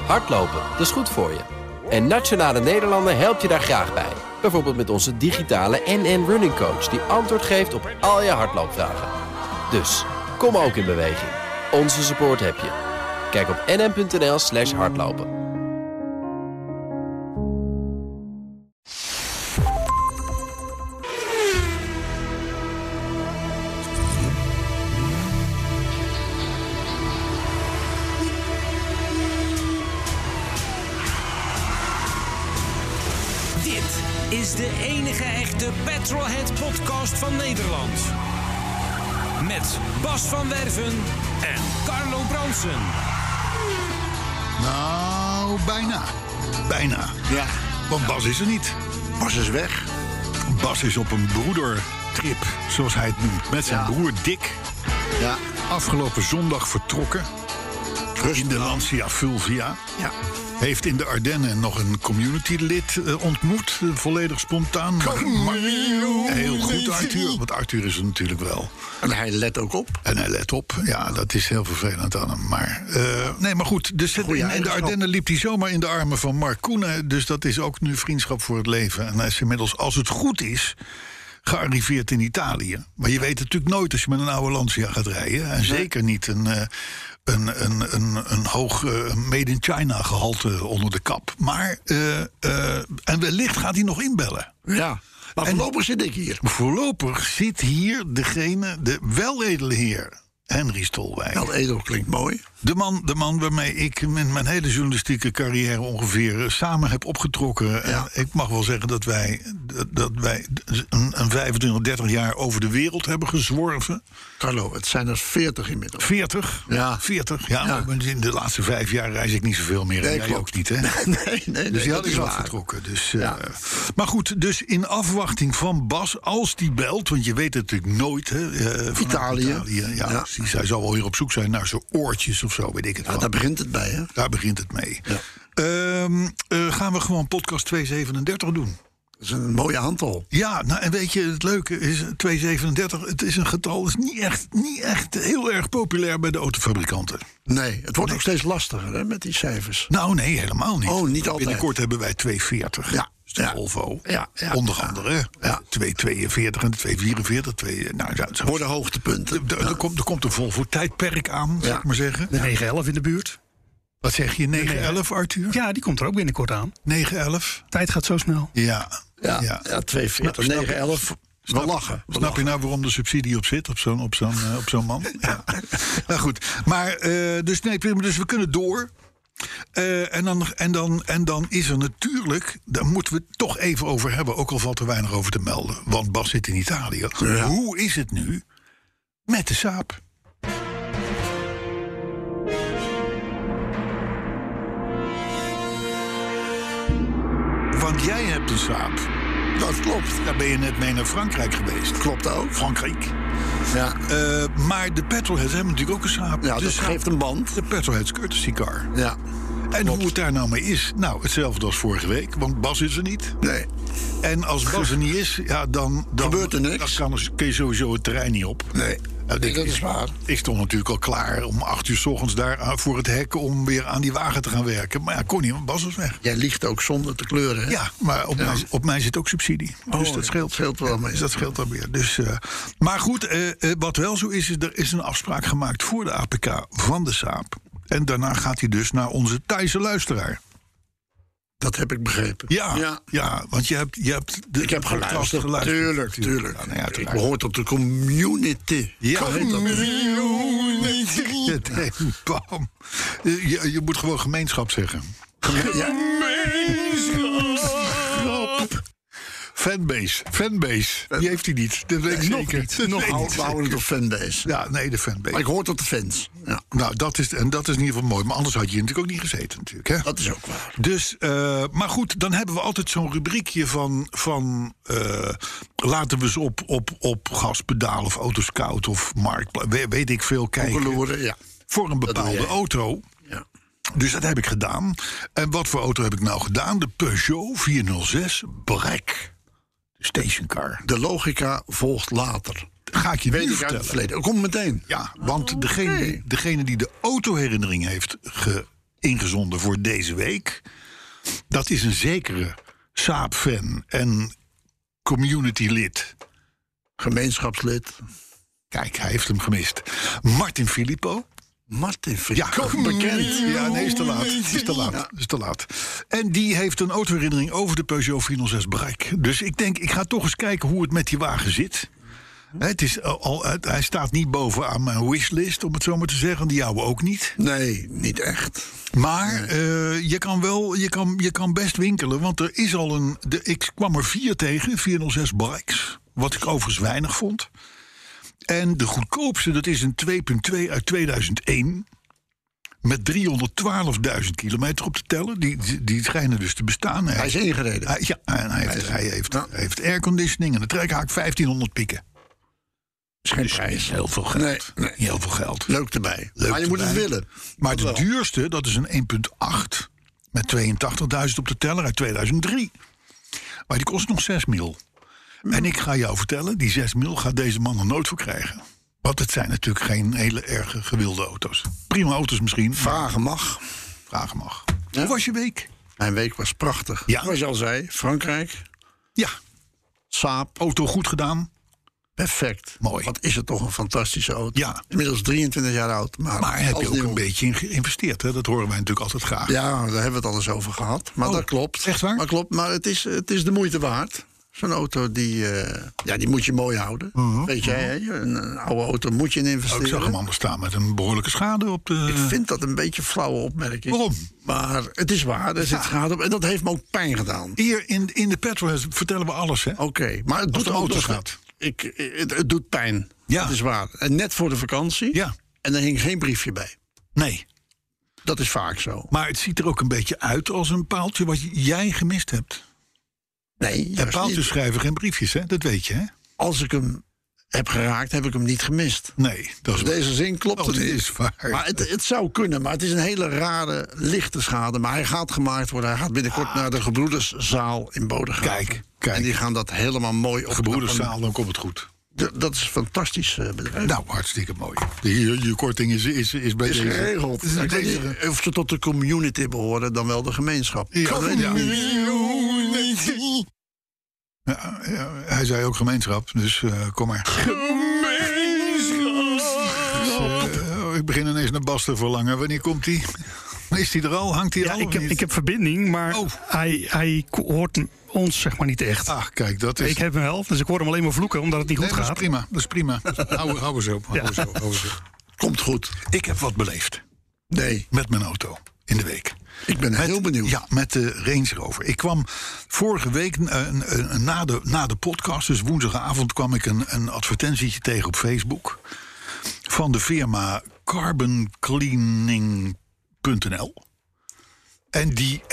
Hardlopen, dat is goed voor je. En Nationale Nederlanden helpt je daar graag bij. Bijvoorbeeld met onze digitale NN Running Coach... die antwoord geeft op al je hardloopvragen. Dus, kom ook in beweging. Onze support heb je. Kijk op nn.nl/hardlopen. Is de enige echte Petrolhead-podcast van Nederland. Met Bas van Werven en Carlo Bronsen. Nou, bijna. Bijna. Ja. Want Bas is er niet. Bas is weg. Bas is op een broedertrip, zoals hij het noemt. Met zijn broer Dick. Ja. Afgelopen zondag vertrokken. In de Lancia Fulvia. Ja. Heeft in de Ardennen nog een community-lid ontmoet. Volledig spontaan. Maar heel goed, Arthur. Want Arthur is er natuurlijk wel. En hij let ook op. En hij let op. Ja, dat is heel vervelend aan hem. Maar, nee, maar goed. Dus in de Ardennen liep hij zomaar in de armen van Mark Koenen. Dus dat is ook nu vriendschap voor het leven. En hij is inmiddels, als het goed is, gearriveerd in Italië. Maar je weet natuurlijk nooit als je met een oude Lancia gaat rijden. En zeker niet een hoog made in China gehalte onder de kap. Maar, en wellicht gaat hij nog inbellen. Ja, maar voorlopig zit ik hier. Voorlopig zit hier de weledele heer Henry Stolwijk. Wel edel klinkt mooi. De man waarmee ik in mijn hele journalistieke carrière ongeveer samen heb opgetrokken. Ja. En ik mag wel zeggen dat wij een 25, 30 jaar over de wereld hebben gezworven. Carlo, het zijn er 40 inmiddels. 40? Ja. 40? Ja. Maar in de laatste 5 jaar reis ik niet zoveel meer. Nee, jij klopt. ook niet, hè? Nee, dus die had is ik wel waar. vertrokken. Dus, Ja. Maar goed, dus in afwachting van Bas, als die belt, want je weet het natuurlijk nooit, hè? Italië. Ja, precies. Hij zal wel weer op zoek zijn naar zijn oortjes of zo, weet ik het wel. Daar begint het bij, hè? Daar begint het mee. Ja. Gaan we gewoon podcast 237 doen? Dat is een mooie aantal. Ja, nou, en weet je, het leuke is 237, het is een getal, is niet echt heel erg populair bij de autofabrikanten. Nee, het wordt ook steeds lastiger, hè, met die cijfers. Nou, nee, helemaal niet. Oh, niet altijd. Binnenkort hebben wij 240. Ja. De Volvo. Ja. Onder andere. Ja. 242 en 244. Voor de hoogtepunten. Er komt een Volvo-tijdperk aan, zou ik maar zeggen. De 911 in de buurt. Wat zeg je, 911, Arthur? Ja, die komt er ook binnenkort aan. 911? Tijd gaat zo snel. Ja. 240, 911. We lachen. Snap je nou waarom de subsidie op zit, op zo'n man? Ja. Nou goed, maar dus we kunnen door. En dan is er natuurlijk, daar moeten we het toch even over hebben, ook al valt er weinig over te melden. Want Bas zit in Italië. Ja. Hoe is het nu met de Saab? Want jij hebt een Saab. Dat klopt. Daar ben je net mee naar Frankrijk geweest. Klopt ook. Frankrijk. Ja. Maar de petrolheads hebben natuurlijk ook een Saab. Ja, dus dat geeft een band. De petrolheads courtesy car. Ja. En hoe het daar nou mee is? Nou, hetzelfde als vorige week, want Bas is er niet. Nee. En als Bas er niet is, ja, dan gebeurt er niks. Dan kun je sowieso het terrein niet op. Nee. Dat is waar. Ik stond natuurlijk al klaar om 8 uur 's ochtends daar voor het hek om weer aan die wagen te gaan werken. Maar ja, kon niet, want Bas was weg. Jij liegt ook zonder te kleuren, hè? Ja, maar op mij zit ook subsidie. Dus dat scheelt wel mee. Dus dat scheelt dan weer. Dus, maar goed, wat wel zo is, er is een afspraak gemaakt voor de APK van de Saab. En daarna gaat hij dus naar onze Thaise luisteraar. Dat heb ik begrepen. Ja, want je hebt ik heb geluisterd. Tuurlijk. Ja, nou ja, Ik behoor tot de community. Ja, bam. Je moet gewoon gemeenschap zeggen. Fanbase. Die heeft hij niet. Dat weet ik zeker. Nog we houden het op fanbase. Ja, nee, de fanbase. Maar ik hoor tot de fans. Ja. Nou, dat is in ieder geval mooi. Maar anders had je hier natuurlijk ook niet gezeten. Natuurlijk, hè? Dat is ook waar. Dus, maar goed, dan hebben we altijd zo'n rubriekje van laten we eens op gaspedaal of autoscout of marktplaats, weet ik veel, kijken. Loeren, voor een bepaalde auto. Ja. Dus dat heb ik gedaan. En wat voor auto heb ik nou gedaan? De Peugeot 406 Brec. De stationcar. De logica volgt later. Ga ik je nu vertellen. Het verleden. Kom meteen. Ja, want degene die de autoherinnering heeft ingezonden voor deze week. Dat is een zekere Saab-fan en community-lid. Gemeenschapslid. Kijk, hij heeft hem gemist. Martin Filippo. Martin Ja, bekend. Ja, nee, is te laat. Is te laat. En die heeft een autoherinnering over de Peugeot 406 Braik. Dus ik denk, ik ga toch eens kijken hoe het met die wagen zit. Hij staat niet bovenaan mijn wishlist, om het zo maar te zeggen. Die jouwe ook niet. Nee, niet echt. Maar je kan best winkelen. Want er is al ik kwam er 4 tegen, 406 Braiks. Wat ik overigens weinig vond. En de goedkoopste, dat is een 2.2 uit 2001. Met 312.000 kilometer op te tellen. Die schijnen dus te bestaan. Hij is ingereden. Hij heeft airconditioning en een trekhaak 1500 pieken. Is geen Dus prijs. niet heel veel geld. Nee. Niet heel veel geld. Leuk erbij. Leuk Maar je moet het erbij. willen. Maar de Wel. duurste, dat is een 1.8. Met 82.000 op de teller uit 2003. Maar die kost nog 6 mil. En ik ga jou vertellen, die 6 mil gaat deze man er nooit voor krijgen. Want het zijn natuurlijk geen hele erg gewilde auto's. Prima auto's misschien. Vragen mag. Vragen mag. Ja? Hoe was je week? Mijn week was prachtig. Ja. Zoals je al zei, Frankrijk, Ja, Saab, auto goed gedaan. perfect. Mooi. Wat is het toch een fantastische auto. Ja. Inmiddels 23 jaar oud. Maar heb als je ook nieuw. een beetje in geïnvesteerd? Hè? Dat horen wij natuurlijk altijd graag. Ja, daar hebben we het al eens over gehad. Maar Oh, dat klopt. echt waar? Maar klopt, maar het is de moeite waard. Zo'n auto, die moet je mooi houden. Weet jij, hè? Een oude auto moet je in investeren. Ik zag hem anders staan met een behoorlijke schade op de... Ik vind dat een beetje een flauwe opmerking. Waarom? Maar het is waar, er zit schade op. En dat heeft me ook pijn gedaan. Hier in de Petrolheads vertellen we alles, hè? Oké, maar het Als doet de ook auto nog- gaat. Het doet pijn. Ja. Dat is waar. En net voor de vakantie. Ja. En er hing geen briefje bij. Nee. Dat is vaak zo. Maar het ziet er ook een beetje uit als een paaltje wat jij gemist hebt. Nee, En juist paaltjes niet. schrijven geen briefjes, hè? Dat weet je, hè? Als ik hem heb geraakt, heb ik hem niet gemist. Nee, dat is Dus deze zin klopt dat er niet. is waar. Maar het zou kunnen, maar het is een hele rare, lichte schade. Maar hij gaat gemaakt worden. Hij gaat binnenkort naar de Gebroederszaal in Bodegraven. Kijk. En die gaan dat helemaal mooi opknappen. Gebroederszaal, dan komt het goed. Dat is een fantastisch bedrijf. Nou, hartstikke mooi. Je korting is bij is deze... geregeld. Is Ik weet deze- niet of ze tot de community behoren, dan wel de gemeenschap. Ja, Dat weet ik ja. niet. Ja, hij zei ook gemeenschap, dus kom maar. Ik begin ineens naar Bas te verlangen. Wanneer komt hij? Is hij er al? Hangt hij er Ja, al? of niet? ik heb verbinding, maar Oh. hij hoort ons zeg maar niet echt. Ach, kijk, dat is... Ik heb hem wel, dus ik hoor hem alleen maar vloeken omdat het niet goed Nee, dat gaat. is prima. Dat is prima. Hou eens op. Hou eens op. Komt goed. Ik heb wat beleefd Nee, met mijn auto in de week. ik ben heel benieuwd. Ja, met de Range Rover. Ik kwam vorige week na de podcast, dus woensdagavond, kwam ik een advertentietje tegen op Facebook van de firma carboncleaning.nl. En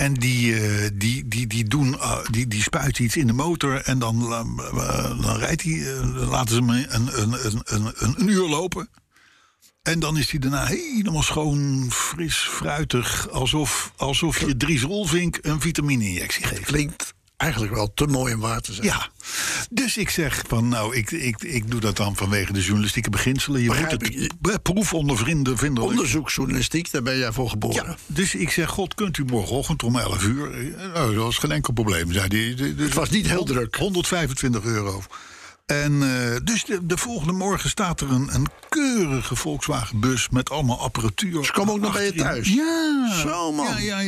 die doen, die spuiten iets in de motor en dan rijdt hij, laten ze hem een uur lopen. En dan is hij daarna helemaal schoon, fris, fruitig. Alsof je Dries Roelvink een vitamine-injectie geeft. Klinkt eigenlijk wel te mooi om waar te zijn. Ja, dus ik zeg van nou, ik doe dat dan vanwege de journalistieke beginselen. Je Begrijp moet ik. het proef onder vrienden vinden. Onderzoeksjournalistiek, daar ben jij voor geboren. Ja, dus ik zeg, god, kunt u morgenochtend om 11 uur? Nou, dat was geen enkel probleem, zei hij. Dus Het was niet heel druk. €125. En dus de volgende morgen staat er een keurige Volkswagen bus met allemaal apparatuur. Ze komen ook nog bij je achterin. thuis. Ja. Zo, man. Ja.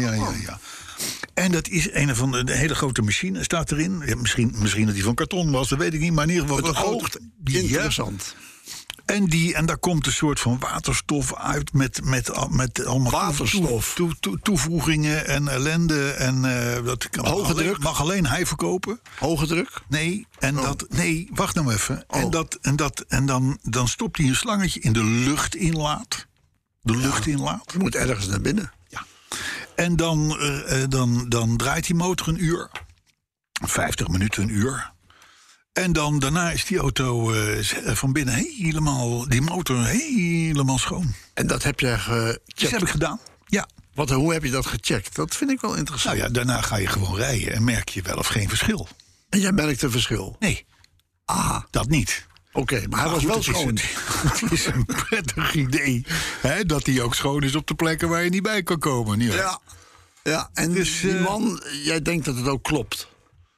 En dat is een van de hele grote machine staat erin. Ja, misschien dat die van karton was, dat weet ik niet. Maar in ieder geval Het wel oogt groot. interessant. En daar komt een soort van waterstof uit met allemaal Waterstof? toevoegingen en ellende. En dat Hoge druk? mag alleen hij verkopen. Hoge druk? Nee, nee, wacht nou even. Oh. En dan stopt hij een slangetje in de luchtinlaat. De luchtinlaat. Je moet ergens naar binnen. Ja. En dan draait die motor een uur. 50 minuten, een uur. En dan daarna is die auto van binnen helemaal, die motor helemaal schoon. En dat heb jij Dus gecheckt. heb ik gedaan. Ja. Hoe heb je dat gecheckt? Dat vind ik wel interessant. Nou ja, daarna ga je gewoon rijden en merk je wel of geen verschil. En jij merkt een verschil. Nee, Ah, dat niet. Oké, maar hij was wel schoon. Het is een prettig idee dat hij ook schoon is op de plekken waar je niet bij kan komen. Niet waar? Ja, en dus die man, jij denkt dat het ook klopt?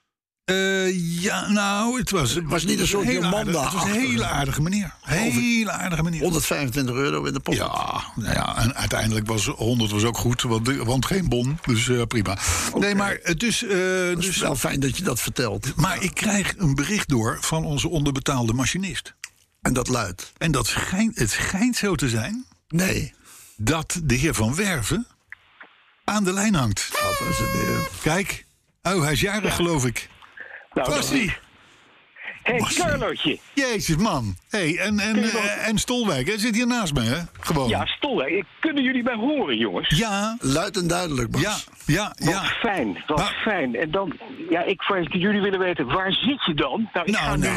Het was niet een soort man daar. Het was een hele aardige meneer. Hele aardige meneer. €125 in de pocket. Ja, en uiteindelijk was 100 was ook goed, want geen bon. Dus prima. Okay. Nee, maar het is wel fijn dat je dat vertelt. Maar ik krijg een bericht door van onze onderbetaalde machinist. En dat luidt? En het schijnt zo te zijn... Nee. Dat de heer Van Werven aan de lijn hangt. Kijk. Oh, hij is jarig, geloof ik. Nou, was hij? Hé, Carlootje. Jezus, man. Hey, en Stolwijk, hè? Zit hier naast me, hè? Gewoon. Ja, Stolwijk. Kunnen jullie mij horen, jongens? Ja. Luid en duidelijk, Bas. Ja. Wat fijn, wat fijn. En dan, ik vrees dat jullie willen weten, waar zit je dan? Nou,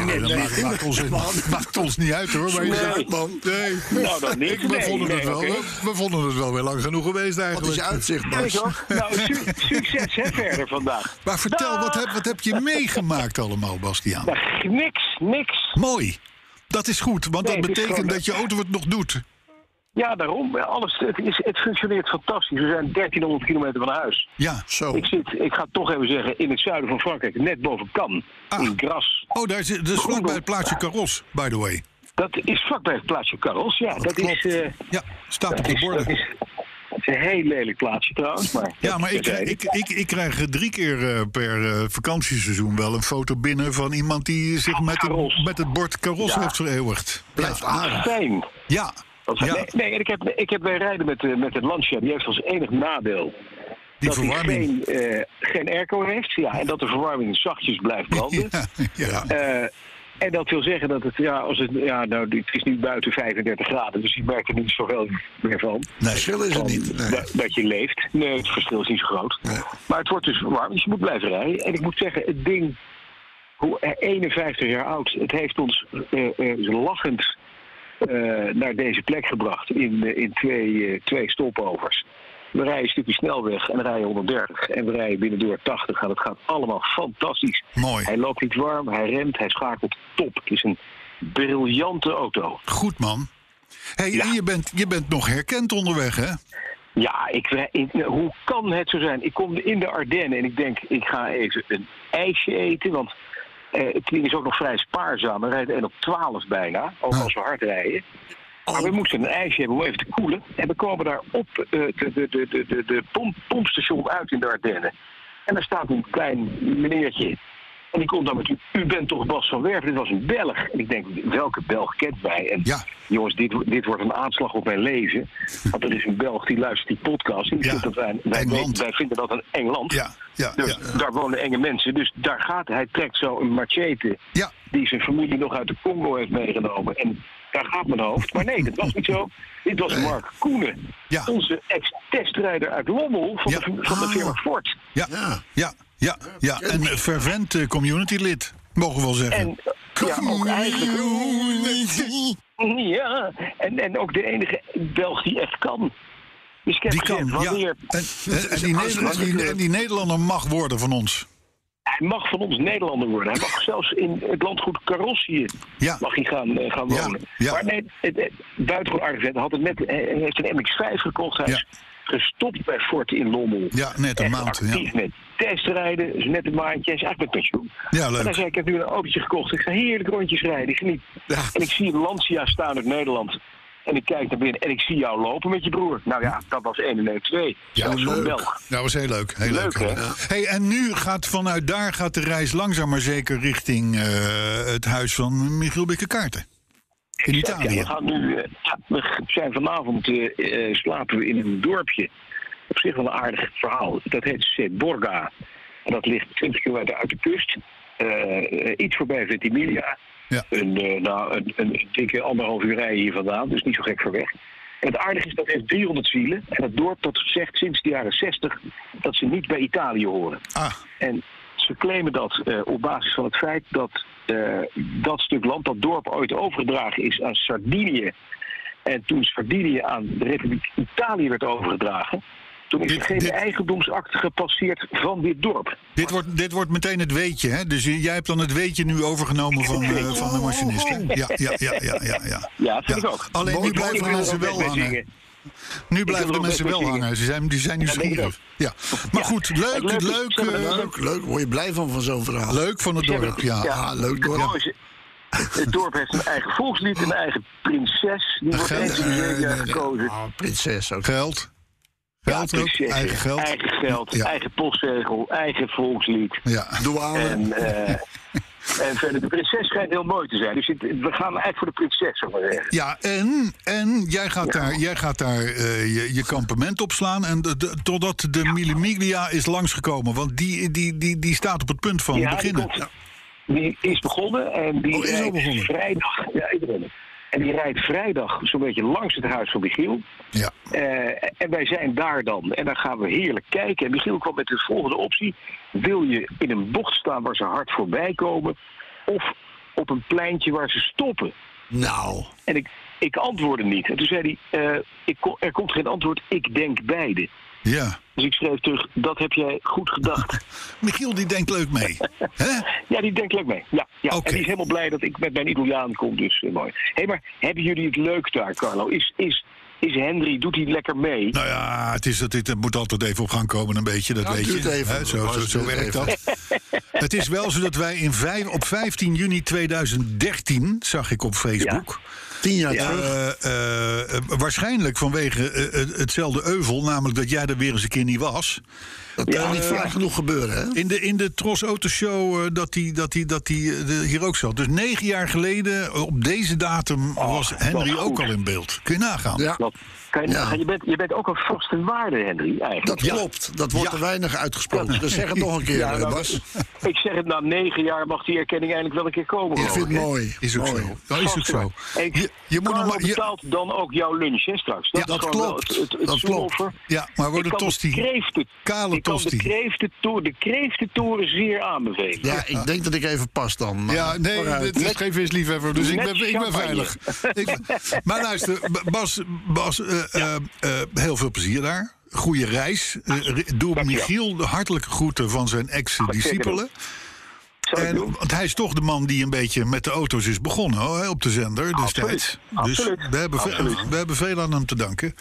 maakt ons niet uit, hoor. Maar nee. Man. Nee. Nou, dan niet. We vonden het wel weer lang genoeg geweest, eigenlijk. Wat is je uitzicht, Bas? Nou, succes, hè, verder vandaag. Maar vertel, wat heb je meegemaakt allemaal, Bastiaan? Nou, niks. Mooi. Dat is goed, want dat betekent dat je auto het nog doet. Ja, daarom. Het functioneert fantastisch. We zijn 1300 kilometer van huis. Ja, zo. Ik ga het toch even zeggen, in het zuiden van Frankrijk, net boven Cannes, in Grasse. Oh, dat is vlakbij het plaatsje Carros, by the way. Dat is vlakbij het plaatsje Carros, ja. Dat klopt. Staat op de borden. Het is een heel lelijk plaatsje trouwens. Maar ik krijg 3 keer per vakantieseizoen wel een foto binnen van iemand die zich met het bord Carros heeft vereeuwigd. Blijft aardig. Fijn. Ja. Nee, en ik heb bij rijden met het Lancia, die heeft als enig nadeel dat hij geen airco heeft. Ja, en dat de verwarming zachtjes blijft branden. En dat wil zeggen dat het, het is nu buiten 35 graden, dus je merkt er niet zoveel meer van. Nee, verschil is het niet. Nee. Dat je leeft. Nee, het verschil is niet zo groot. Nee. Maar het wordt dus warm, dus je moet blijven rijden. En ik moet zeggen, het ding, 51 jaar oud, het heeft ons lachend naar deze plek gebracht in twee stopovers. We rijden een stukje snelweg en rijden 130. En we rijden binnendoor 80. En dat gaat allemaal fantastisch. Mooi. Hij loopt niet warm, hij remt, hij schakelt top. Het is een briljante auto. Goed, man. Hey, en je bent nog herkend onderweg, hè? Ja, hoe kan het zo zijn? Ik kom in de Ardennen en ik denk, ik ga even een ijsje eten. Want het ding is ook nog vrij spaarzaam. We rijden 1 op 12 bijna, ook als we hard rijden. Maar we moesten een ijsje hebben om even te koelen. En we komen daar op de pompstation uit in de Ardennen. En daar staat een klein meneertje. En die komt dan met u bent toch Bas van Werven? Dit was een Belg. En ik denk, welke Belg kent mij? En jongens, dit wordt een aanslag op mijn leven. Want er is een Belg die luistert die podcast. En die vindt dat wij vinden dat een eng land. Dus daar wonen enge mensen. Dus daar gaat hij. Trekt zo een machete die zijn familie nog uit de Congo heeft meegenomen. En daar gaat mijn hoofd. Maar nee, dat was niet zo. Dit was Mark Koenen. Ja. Onze ex-testrijder uit Lommel van de firma Ford. Ja, en fervent community-lid, mogen we wel zeggen. En ook eigenlijk... Ja, en ook de enige Belg die echt kan. Dus ik heb gezegd, wanneer... En die Nederlander mag worden van ons. Hij mag van ons Nederlander worden. Hij mag zelfs in het landgoed Carrossië mag hij gaan wonen. Maar nee, buitengewoon aardig vent. Hij heeft een MX-5 gekocht. Hij is gestopt bij Ford in Lommel. Ja, net een maand. Actief met testrijden. Dus net een maandje. Hij is eigenlijk met pensioen. Ja, leuk. En hij zei, ik heb nu een autootje gekocht. Ik ga heerlijk rondjes rijden. Ik geniet. Ja. En ik zie een Lancia staan uit Nederland. En ik kijk naar binnen en ik zie jou lopen met je broer. Nou ja, dat was 1 en 2. Ja, dat was zo'n Belg. Dat was heel leuk. Heel leuk, hè? Ja. Hey, en nu vanuit daar gaat de reis langzaam maar zeker richting het huis van Michiel Bikke-Kaarten. In Italië. Ja, we zijn vanavond slapen we in een dorpje. Op zich wel een aardig verhaal. Dat heet Seborga. En dat ligt 20 kilometer uit de kust. Iets voorbij Ventimiglia. Ja. Een dikke 1,5 uur rijden hier vandaan, dus niet zo gek ver weg. En het aardige is dat het heeft 300 zielen. En het dorp dat zegt sinds de jaren 60 dat ze niet bij Italië horen. En ze claimen dat op basis van het feit dat dat stuk land, dat dorp, ooit overgedragen is aan Sardinië. En toen Sardinië aan de Republiek Italië werd overgedragen, Toen is er geen eigendomsakte gepasseerd van dit dorp. Dit wordt meteen het weetje, hè? Dus jij hebt dan het weetje nu overgenomen van de machinist, hè? Ja. Ja, dat vind ik ook. Alleen nu blijven de mensen wel hangen. Nu blijven de mensen wel hangen. Die zijn nieuwsgierig. Ja. Maar goed, leuk. Word je blij van zo'n verhaal? Leuk van het dorp, ja. Leuk dorp. Het dorp heeft een eigen volkslied, een eigen prinses. Die wordt eens in de jaar gekozen. Prinses ook. Geld ook, eigen geld. Eigen geld, eigen postzegel, eigen volkslied. Ja. Douane. En verder, de prinses schijnt heel mooi te zijn. Dus we gaan eigenlijk voor de prinses, zou ik maar zeggen. Ja, en jij gaat daar je kampement opslaan. En totdat de Mille is langsgekomen. Want die staat op het punt van beginnen. Die is begonnen. En die is al begonnen. Vrijdag. Ja, ik ben het. En die rijdt vrijdag zo'n beetje langs het huis van Michiel. Ja. En wij zijn daar dan. En dan gaan we heerlijk kijken. En Michiel kwam met de volgende optie. Wil je in een bocht staan waar ze hard voorbij komen? Of op een pleintje waar ze stoppen? Nou. En ik antwoordde niet. En toen zei hij, er komt geen antwoord, ik denk beide. Ja. Dus ik schreef terug, dat heb jij goed gedacht. Michiel, die denkt leuk mee. Hè? Ja, die denkt leuk mee. Ja. Okay. En die is helemaal blij dat ik met mijn Italiaan kom, dus mooi. Hé, maar hebben jullie het leuk daar, Carlo? Is Henry, doet hij lekker mee? Nou ja, het moet altijd even op gang komen een beetje, dat weet je. Even. Zo werkt dat. Het is wel zo dat wij op 15 juni 2013, zag ik op Facebook... Ja. 10 jaar waarschijnlijk vanwege hetzelfde euvel, namelijk dat jij er weer eens een keer niet was. Dat kan niet vaak genoeg gebeuren, hè? In de Tros Autoshow dat hij hier ook zat. Dus 9 jaar geleden, op deze datum, was Henry ook al in beeld. Kun je nagaan? Ja. Je bent ook een vaste waarde, Henry, eigenlijk. Dat klopt. Dat wordt er weinig uitgesproken. Dus zeg het nog een keer, Bas. Ik zeg het, na 9 jaar mag die erkenning eindelijk wel een keer komen. Ik vind het mooi. Is ook zo. Dat is ook zo. Carlo betaalt dan ook jouw lunch, hè, straks? Dat klopt. Het klopt. Ja, maar wordt een tosti. Kale tosti. Ik kan de kreeftentoren zeer aanbevelen. Ja, ik denk dat ik even pas dan. Maar ja, nee, het is geen visliefhebber, dus ik ben veilig. Maar luister, Bas, heel veel plezier daar. Goeie reis. Doe Michiel de hartelijke groeten van zijn ex-discipelen. Want hij is toch de man die een beetje met de auto's is begonnen op de zender destijds. Dus we hebben veel aan hem te danken.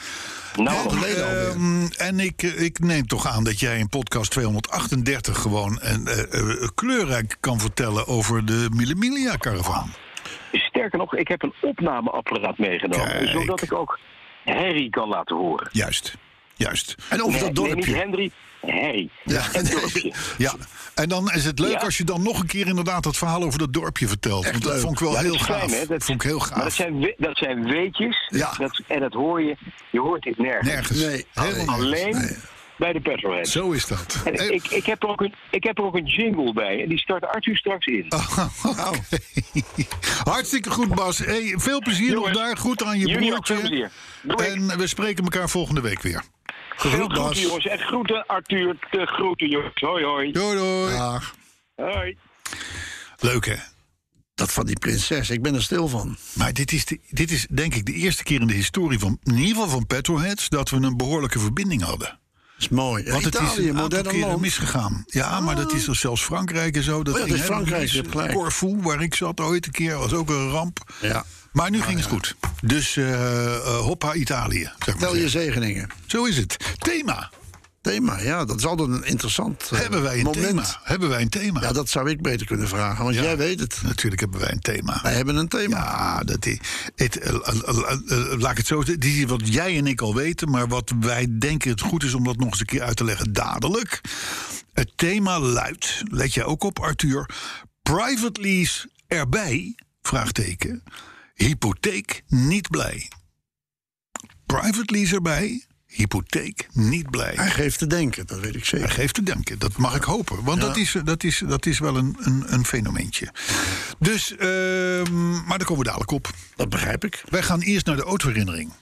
En ik neem toch aan dat jij in podcast 238 gewoon kleurrijk kan vertellen over de Mille-Miglia-caravan. Sterker nog, ik heb een opnameapparaat meegenomen, zodat ik ook Harry kan laten horen. Juist. En over dat dorpje. Nee, niet Henry. Harry. Ja. En dan is het leuk als je dan nog een keer inderdaad het verhaal over dat dorpje vertelt. Want dat vond ik wel heel gaaf. Dat vond ik heel gaaf. Maar dat zijn weetjes. Ja. En dat hoor je. Je hoort dit nergens. Nee. Alleen bij de Petrolhead. Zo is dat. En ik heb er ook een jingle bij. En die start Arthur straks in. Okay. Hartstikke goed, Bas. Hey, veel plezier nog daar. Goed aan je broertje. En we spreken elkaar volgende week weer. Veel groeten, jongens. En groeten, Arthur. De groeten, jongens. Hoi, hoi. Doei. Dag. Hoi. Leuk, hè? Dat van die prinses, ik ben er stil van. Maar dit is denk ik de eerste keer in de historie van, in ieder geval van Petrolheads, dat we een behoorlijke verbinding hadden. Dat is mooi. Want het Italië, is een aantal keren land. misgegaan. Ja, maar dat is er zelfs Frankrijk en zo. Dat is Frankrijk. Corfu, waar ik zat ooit een keer, was ook een ramp. Ja. Maar nu ging het goed. Dus hoppa Italië. Tel je zegeningen. Zo is het. Thema, ja, dat is altijd een interessant Hebben wij een thema? Ja, dat zou ik beter kunnen vragen, want jij weet het. Natuurlijk hebben wij een thema. Wij hebben een thema. Ja, laat ik het zo zeggen. Dit is wat jij en ik al weten, maar wat wij denken het goed is om dat nog eens een keer uit te leggen dadelijk. Het thema luidt, let jij ook op, Arthur, private lease erbij, vraagteken, hypotheek niet blij. Private lease erbij, hypotheek niet blij. Hij geeft te denken, dat weet ik zeker. Hij geeft te denken, dat mag ik hopen. Want dat is wel een fenomeentje. Dus, maar daar komen we dadelijk op. Dat begrijp ik. Wij gaan eerst naar de autoherinnering.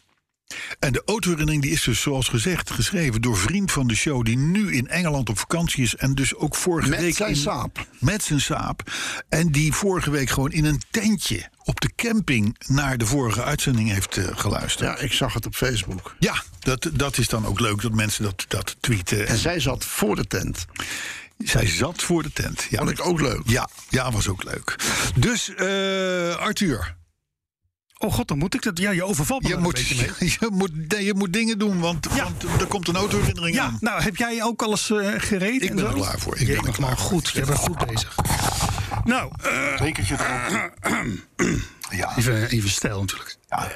En de autoherinnering die is dus, zoals gezegd, geschreven door vriend van de show... die nu in Engeland op vakantie is en dus ook vorige week... Met zijn Saab. En die vorige week gewoon in een tentje op de camping... naar de vorige uitzending heeft geluisterd. Ja, ik zag het op Facebook. Ja, dat is dan ook leuk dat mensen dat tweeten. En zij zat voor de tent. Zij zat voor de tent. Ja, vond ik ook leuk. Ja, was ook leuk. Dus, Arthur... Oh god, dan moet ik dat... Ja, je overvalt me een beetje mee. Je moet dingen doen, want er komt een autoherinnering aan. Nou, heb jij ook al eens gereden? Ik ben er klaar voor. Goed, je bent goed bezig. Nou, bekertje erop. Ja. Even stijl natuurlijk.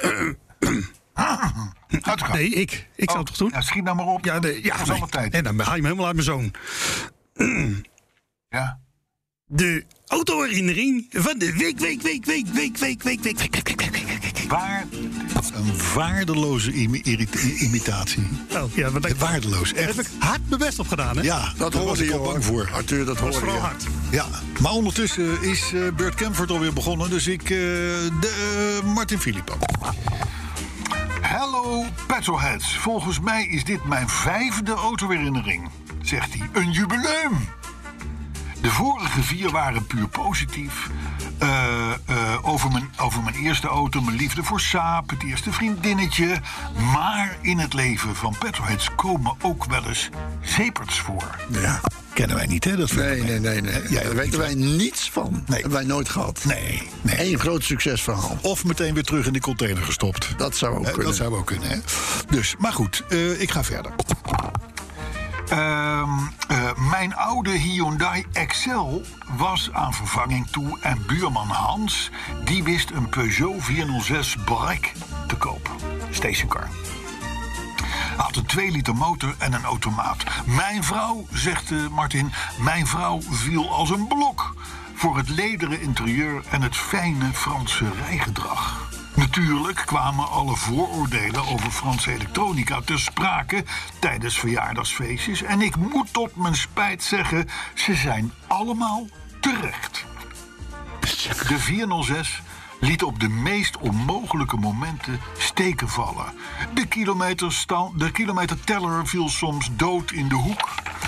Ja. Nee, ik zou het toch doen? Ja, schiet nou maar op. Ja, dat is alle tijd. En dan haal je me helemaal uit mijn zoon. Ja. De autoherinnering van de week. Een waardeloze imitatie. Oh, ja, wat waardeloos, echt. Heb ik hard mijn best op gedaan, hè? Ja, dat hoorde je al bang voor. Arthur, dat hoorde je. Vooral hard. Ja, maar ondertussen is Bert Camford alweer begonnen. Dus Martin Filippo. Hello Petrolheads. Volgens mij is dit mijn 5e autoherinnering, zegt hij. Een jubileum. De vorige 4 waren puur positief. Over mijn eerste auto, mijn liefde voor Saab, het eerste vriendinnetje. Maar in het leven van Petrolheads komen ook wel eens zeeperts voor. Ja. Kennen wij niet, hè? Nee. Daar weten wij niets van. Nee. Hebben wij nooit gehad. Nee. Eén groot succesverhaal. Of meteen weer terug in de container gestopt. Dat zou ook kunnen. Dat zou ook kunnen, hè? Dus, maar goed, ik ga verder. Mijn oude Hyundai Excel was aan vervanging toe... en buurman Hans, die wist een Peugeot 406 Break te kopen. Stationcar. Hij had een 2 liter motor en een automaat. Mijn vrouw, zegt Martin, mijn vrouw viel als een blok... voor het lederen interieur en het fijne Franse rijgedrag. Natuurlijk kwamen alle vooroordelen over Franse elektronica te sprake tijdens verjaardagsfeestjes. En ik moet tot mijn spijt zeggen, ze zijn allemaal terecht. De 406 liet op de meest onmogelijke momenten steken vallen. De kilometerteller viel soms dood in de hoek.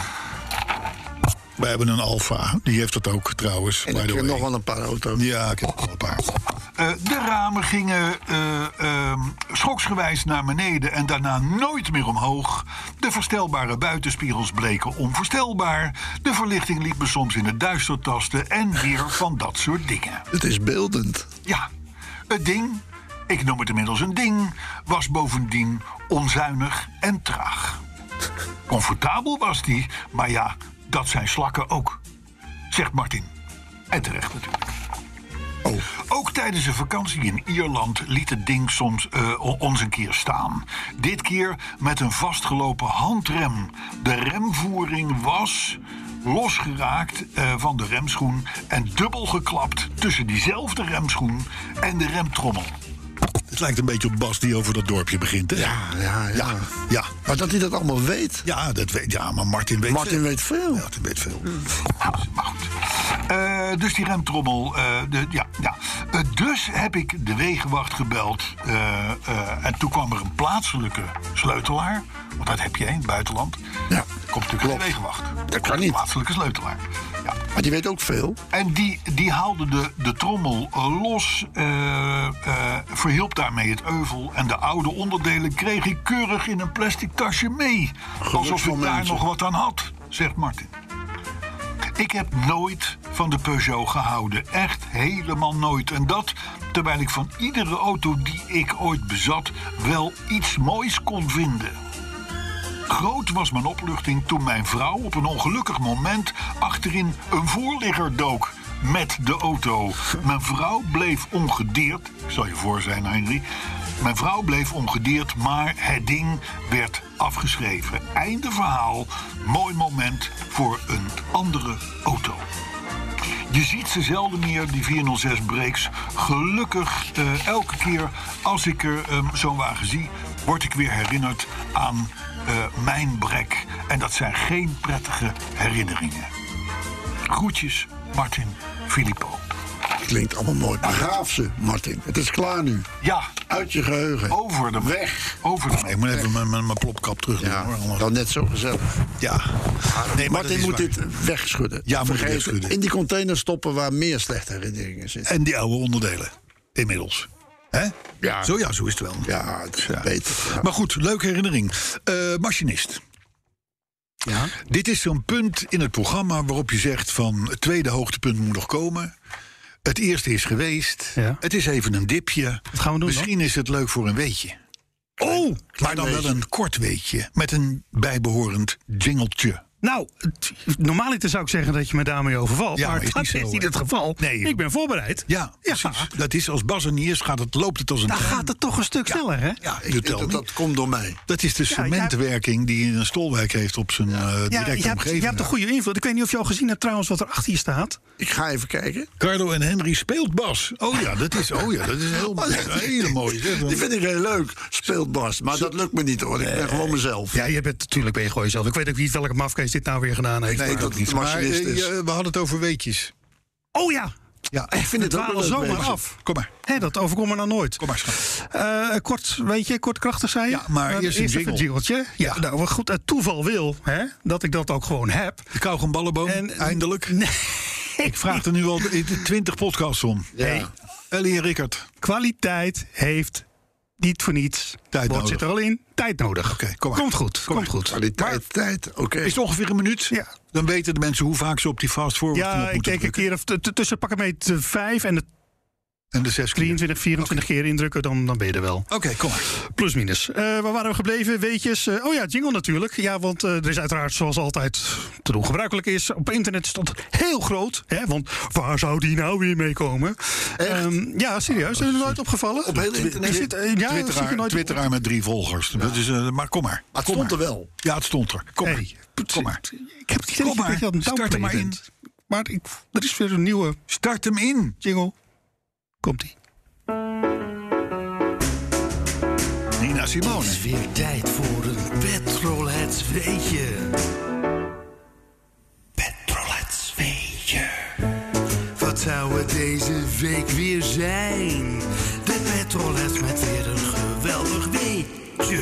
Wij hebben een Alfa, die heeft dat ook trouwens. En ik heb nog wel een paar auto's. Ja, ik heb nog wel een paar. De ramen gingen schoksgewijs naar beneden en daarna nooit meer omhoog. De verstelbare buitenspiegels bleken onverstelbaar. De verlichting liet me soms in het duister tasten en weer van dat soort dingen. Het is beeldend. Ja, het ding, ik noem het inmiddels een ding, was bovendien onzuinig en traag. Comfortabel was die, maar ja, dat zijn slakken ook, zegt Martin. En terecht natuurlijk. Oh. Ook tijdens een vakantie in Ierland liet het ding soms ons een keer staan. Dit keer met een vastgelopen handrem. De remvoering was losgeraakt van de remschoen en dubbel geklapt tussen diezelfde remschoen en de remtrommel. Het lijkt een beetje op Bas die over dat dorpje begint, hè? Ja. Maar dat hij dat allemaal weet. Ja, dat weet. Ja, maar Martin weet veel. Martin weet veel. Ja, Martin weet veel. Maar goed. Dus die remtrommel. Dus heb ik de wegenwacht gebeld. En toen kwam er een plaatselijke sleutelaar. Want dat heb je in het buitenland. Ja. Komt natuurlijk geen wegenwacht. Dat kan niet. Een plaatselijke sleutelaar. Ja. Maar die weet ook veel. En die haalde de trommel los, verhielp daarmee het euvel... en de oude onderdelen kreeg ik keurig in een plastic tasje mee. Alsof ik daar nog wat aan had, zegt Martin. Ik heb nooit van de Peugeot gehouden. Echt helemaal nooit. En dat terwijl ik van iedere auto die ik ooit bezat wel iets moois kon vinden. Groot was mijn opluchting toen mijn vrouw op een ongelukkig moment achterin een voorligger dook met de auto. Mijn vrouw bleef ongedeerd. Ik zal je voor zijn, Henry. Mijn vrouw bleef ongedeerd, maar het ding werd afgeschreven. Einde verhaal. Mooi moment voor een andere auto. Je ziet ze zelden meer, die 406 Breaks. Gelukkig, elke keer als ik er zo'n wagen zie, word ik weer herinnerd aan mijn Brek. En dat zijn geen prettige herinneringen. Groetjes, Martin Filippo. klinkt allemaal mooi. Begraaf ze, Martin. Het is klaar nu. Ja. Uit je geheugen. Over de weg. Ik moet even mijn plopkap terug doen. Ja, dan net zo gezellig. Ja. Nee, maar Martin moet dit wegschudden. Ja, moet wegschudden. In die container stoppen waar meer slechte herinneringen zitten. En die oude onderdelen. Inmiddels. Hè? Ja. Zo is het wel. Ja, het is beter. Ja. Maar goed, leuke herinnering. Machinist. Ja? Dit is zo'n punt in het programma waarop je zegt van... het tweede hoogtepunt moet nog komen. Het eerste is geweest. Ja. Het is even een dipje. Wat gaan we doen Misschien is het leuk voor een weetje. Maar dan wel een kort weetje. Met een bijbehorend jingletje. Nou, normaaliter zou ik zeggen dat je me daarmee overvalt. Ja, maar is dat niet zo, is niet hè? het geval. Nee. Ik ben voorbereid. Ja, precies. Dat is als Bas er niet is, loopt het als een Dan trein. gaat het toch een stuk sneller, hè? Ja, Ik denk dat komt door mij. dat is de cementwerking die een stolwijk heeft op zijn directe omgeving. Je hebt een goede invloed. Ik weet niet of je al gezien hebt trouwens wat er achter je staat. Ik ga even kijken. Carlo en Henry speelt Bas. Oh ja, dat is een hele mooie. Die vind ik heel leuk. Speelt Bas. Maar dat lukt me niet hoor. Ik ben gewoon mezelf. Ja, je bent natuurlijk ben je gewoon jezelf. Ik weet ook niet welke mafkees dit nou weer gedaan heeft. Nee, maar- dat niet. Maar Machinist is. we hadden het over weetjes. Oh ja, Ja, Ik vind het ook dwalen wel leuk. zomaar weetje. af. kom maar. Hé, dat overkomt me nou nooit. Kom maar, schat. Kort, weet je, kort krachtig zei je? Ja, maar eerst een even jingle. jingletje. Ja, nou wel goed. Het toeval wil dat ik dat ook gewoon heb. De kauwgomballenboom, eindelijk. Nee. Ik vraag er nu al 20 podcasts om. Ja. Hey. Ellie en Rickert. Kwaliteit heeft niet voor niets. Tijd Wat nodig. zit er al in? Tijd nodig. Oké, kom maar. Komt goed, komt goed. Kwaliteit, tijd. Oké. Is het ongeveer een minuut? Ja. Dan weten de mensen hoe vaak ze op die fast forward knop Ja, ik moeten denk een drukken. keer of tussen pak mee 5 en de En de 6 keer. 23, 24 keer indrukken, dan ben je er wel. Oké, kom maar. Plus minus. Waar waren we gebleven? Weetjes. Oh ja, jingle natuurlijk. Ja, want er is uiteraard zoals altijd te doen gebruikelijk is. Op internet stond het heel groot. Hè, want waar zou die nou weer mee komen? Ja, serieus. Is er nooit opgevallen? Op heel internet? Is het, ja, zie je nooit. Twitteraar met 3 volgers. Dat is, maar kom maar. Maar het Kom stond er maar. wel. Ja, het stond er. Kom maar. Hey, Kom maar. Ik heb het idee Kom dat je maar. aan het Start er maar downplayen in. bent. Maar er is weer een nieuwe Start hem in. jingle. Komt-ie. Nina Simone. Het is weer tijd voor een Petrolheads weetje. Petrolheads weetje. Wat zou het deze week weer zijn? De Petrolheads met weer een geweldig weetje.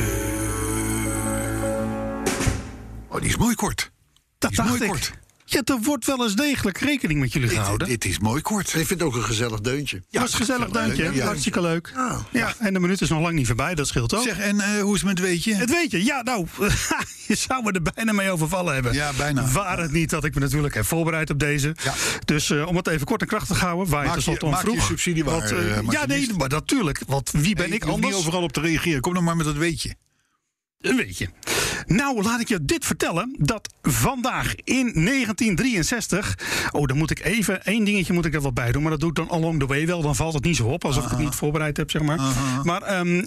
Oh, die is mooi kort. Dat Die is dacht mooi ik. kort. Ja, er wordt wel eens degelijk rekening met jullie gehouden. Dit is mooi kort. En ik vind het ook een gezellig deuntje. Ja, was een gezellig duintje. ja. Hartstikke leuk. Ah, Ja, en de minuut is nog lang niet voorbij, dat scheelt ook. Zeg, en hoe is het met het weetje? Het weet je, ja, nou, je zou me er bijna mee overvallen hebben. Ja, bijna. Waar het niet dat ik me natuurlijk heb voorbereid op deze. Ja. Dus om het even kort en krachtig te houden, waar je Maak tenslotte je- om maak je vroeg. subsidie waar, ja, machinist. nee, maar natuurlijk. Want wie ben Nee, ik je hoeft anders? niet overal op te reageren. Kom dan maar met dat weetje. Een weetje. Nou, laat ik je dit vertellen. Dat vandaag in 1963... Oh, dan moet ik even... één dingetje moet ik er wel bij doen. Maar dat doe ik dan along the way wel. Dan valt het niet zo op. Alsof ik het niet voorbereid heb, zeg maar. Maar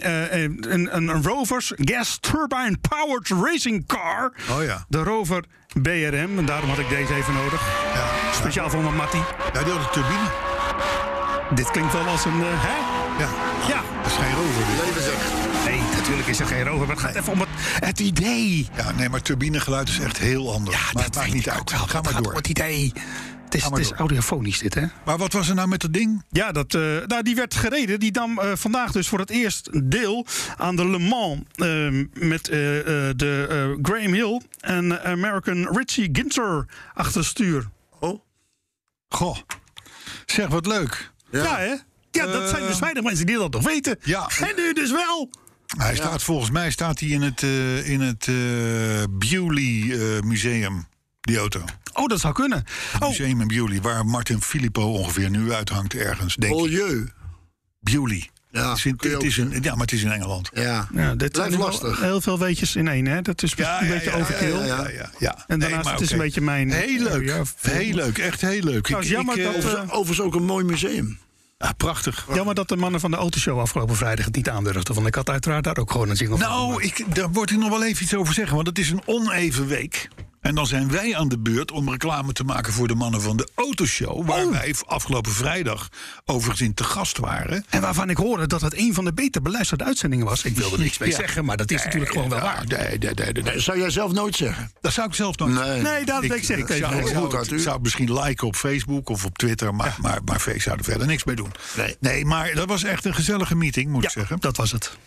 een Rovers Gas Turbine Powered Racing Car. Oh ja. De Rover BRM. En daarom had ik deze even nodig. Ja, Speciaal voor mijn Mattie. ja die had een turbine. Dit klinkt wel als een... hè? Ja, Ja. dat is geen rover. dit. Leven zeg. Nee, natuurlijk is er geen Rover. Maar het gaat even om het idee. Ja, nee, maar turbinegeluid is echt heel anders. Ja, maar dat het maakt weet niet ik uit. ook wel. Ga maar gaat door. om het idee. Het maar is door. audiofonisch dit, hè? Maar wat was er nou met dat ding? Ja, die werd gereden. Die nam vandaag dus voor het eerst deel aan de Le Mans. Met de Graham Hill en American Richie Ginter achter het stuur. Oh. Goh, zeg wat leuk. Ja, hè? Ja, dat zijn dus weinig mensen die dat nog weten. Ja. En nu dus wel. Hij staat volgens mij in het Bewley Museum, die auto. Oh, dat zou kunnen. Het museum in Bewley, waar Martin Filippo ongeveer nu uithangt ergens, denk ik. Milieu. Bewley. Ja, Het is kun je ook ja, maar het is in Engeland. Ja. Ja, dit Blijft zijn wel lastig. heel veel weetjes in één, hè? Dat is een beetje overkill. Ja. En daarnaast maar het is een oké. beetje mijn... Heel leuk, Ja, heel leuk, echt heel leuk. Nou, is jammer dat... Overigens ook een mooi museum. Ja, prachtig. Jammer dat de mannen van de autoshow afgelopen vrijdag het niet aandurfden. Want ik had uiteraard daar ook gewoon een jingle van Nou, gemaakt. daar moet ik nog wel even iets over zeggen. Want het is een oneven week. En dan zijn wij aan de beurt om reclame te maken voor de mannen van de Autoshow. Waar wij afgelopen vrijdag overigens in te gast waren. En waarvan ik hoorde dat het een van de beter beluisterde uitzendingen was. Ik wilde niks mee zeggen, maar dat is natuurlijk gewoon wel waar. Nee. Zou jij zelf nooit zeggen? Dat zou ik zelf nooit. Nee, dat zeg ik even. Ik zou het misschien liken op Facebook of op Twitter. Maar Face zou er verder niks mee doen. Nee, maar dat was echt een gezellige meeting, moet ik zeggen. Dat was het.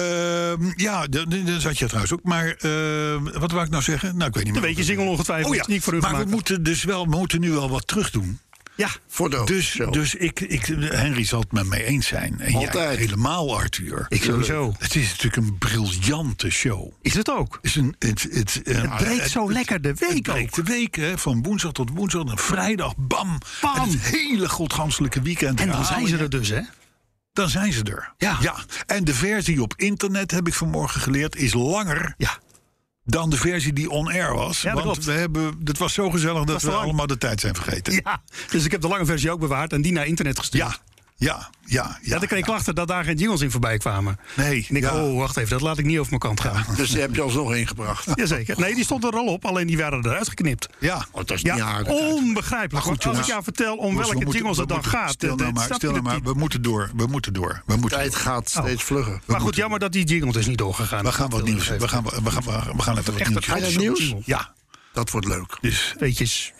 Daar zat je trouwens ook. Maar wat wou ik nou zeggen? Nou, ik weet niet meer. Weet je, single ongetwijfeld. Oh, ja. Niet voor u maar gemaakt. we moeten nu wel wat terug doen. Ja, voor de Dus Henry zal het met mij eens zijn. En altijd. Jij helemaal, Arthur. ik sowieso. Het is natuurlijk een briljante show. Is het ook? Het breekt zo lekker de week Het breekt de week, hè, van woensdag tot woensdag. En vrijdag, bam. Bam. Het hele godganselijke weekend. En dan zijn ze er dus, hè? Dan zijn ze er. Ja. En de versie op internet, heb ik vanmorgen geleerd, is langer dan de versie die on-air was. Ja, dat want klopt. het was zo gezellig dat we lang. allemaal de tijd zijn vergeten. Ja, dus ik heb de lange versie ook bewaard en die naar internet gestuurd. Ja, dan kreeg ik klachten dat daar geen jingles in voorbij kwamen. Nee. En ik wacht even, dat laat ik niet over mijn kant gaan. Dus die heb je alsnog ingebracht. Jazeker. Nee, die stond er al op, alleen die werden eruit geknipt. Ja. Dat is niet aardig. Onbegrijpelijk. Maar goed, Als ik jou vertel om welke jingles het dan gaat. Stil nou maar, we moeten door. De tijd gaat steeds vlugger. Maar goed, jammer dat die jingle dus niet doorgegaan. We gaan wat nieuws. We gaan even wat nieuws. Ga je nieuws? Ja. Dat wordt leuk. Dus Weetjes.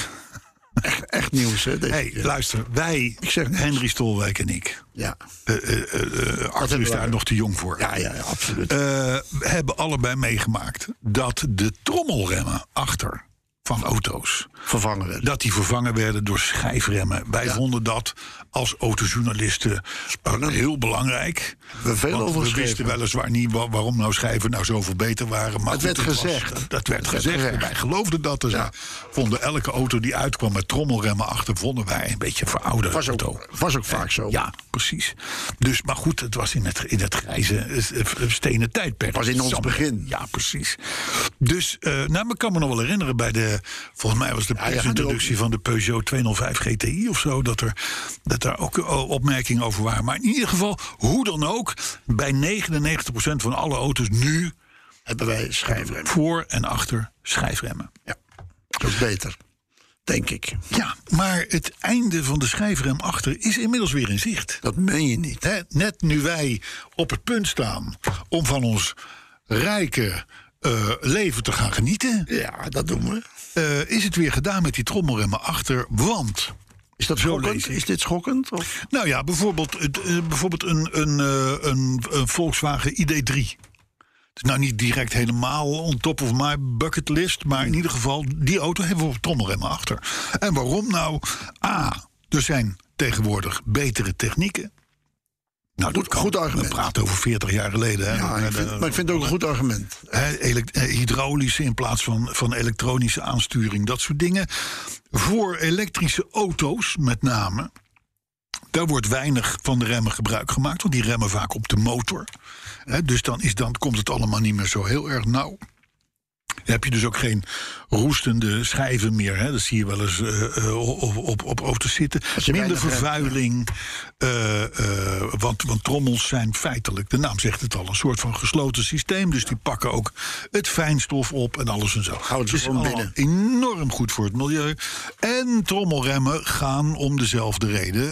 Echt nieuws, hè? Luister, wij, Henry Stolwijk en ik. Ja. Arthur is daar nog te jong voor. Ja, absoluut. Hebben allebei meegemaakt dat de trommelremmen achter van auto's vervangen werden door schijfremmen. Wij vonden dat als autojournalisten heel belangrijk. We wisten weliswaar niet waarom nou schijven nou zoveel beter waren. Maar het werd gezegd. Dat werd gezegd. Wij geloofden dat. Dus vonden elke auto die uitkwam met trommelremmen achter, vonden wij een beetje verouderd. Was ook vaak zo. Ja, precies. Dus, maar goed, het was in het grijze stenen tijdperk. Was in ons begin. Ja, precies. Dus, ik kan me nog wel herinneren volgens mij was de introductie van de Peugeot 205 GTI of zo, dat daar ook opmerkingen over waren. Maar in ieder geval, hoe dan ook, bij 99% van alle auto's nu hebben wij schijfremmen. Voor en achter schijfremmen. Ja, dat is beter. Denk ik. Ja, maar het einde van de schijfrem achter is inmiddels weer in zicht. Dat meen je niet. Net nu wij op het punt staan om van ons rijke leven te gaan genieten. Ja, dat doen we. Is het weer gedaan met die trommelremmen achter, want... Is dat schokkend? Is dit schokkend? Of? Nou ja, bijvoorbeeld een Volkswagen ID3. Het is nou niet direct helemaal on top of my bucket list, maar in ieder geval, die auto hebben we trommelremmen achter. En waarom nou? Er zijn tegenwoordig betere technieken. Nou, goed argument. We praten over 40 jaar geleden. Hè? Ja, maar ik vind het ook een goed argument. Hydraulische in plaats van elektronische aansturing. Dat soort dingen. Voor elektrische auto's met name. Daar wordt weinig van de remmen gebruik gemaakt. Want die remmen vaak op de motor. Dus dan komt het allemaal niet meer zo heel erg nauw. Dan heb je dus ook geen roestende schijven meer. Hè? Dat zie je wel eens op auto's zitten. Minder vervuiling. Want trommels zijn feitelijk, de naam zegt het al, een soort van gesloten systeem. Dus die pakken ook het fijnstof op en alles en zo. Houden ze gewoon binnen. Enorm goed voor het milieu. En trommelremmen gaan om dezelfde reden.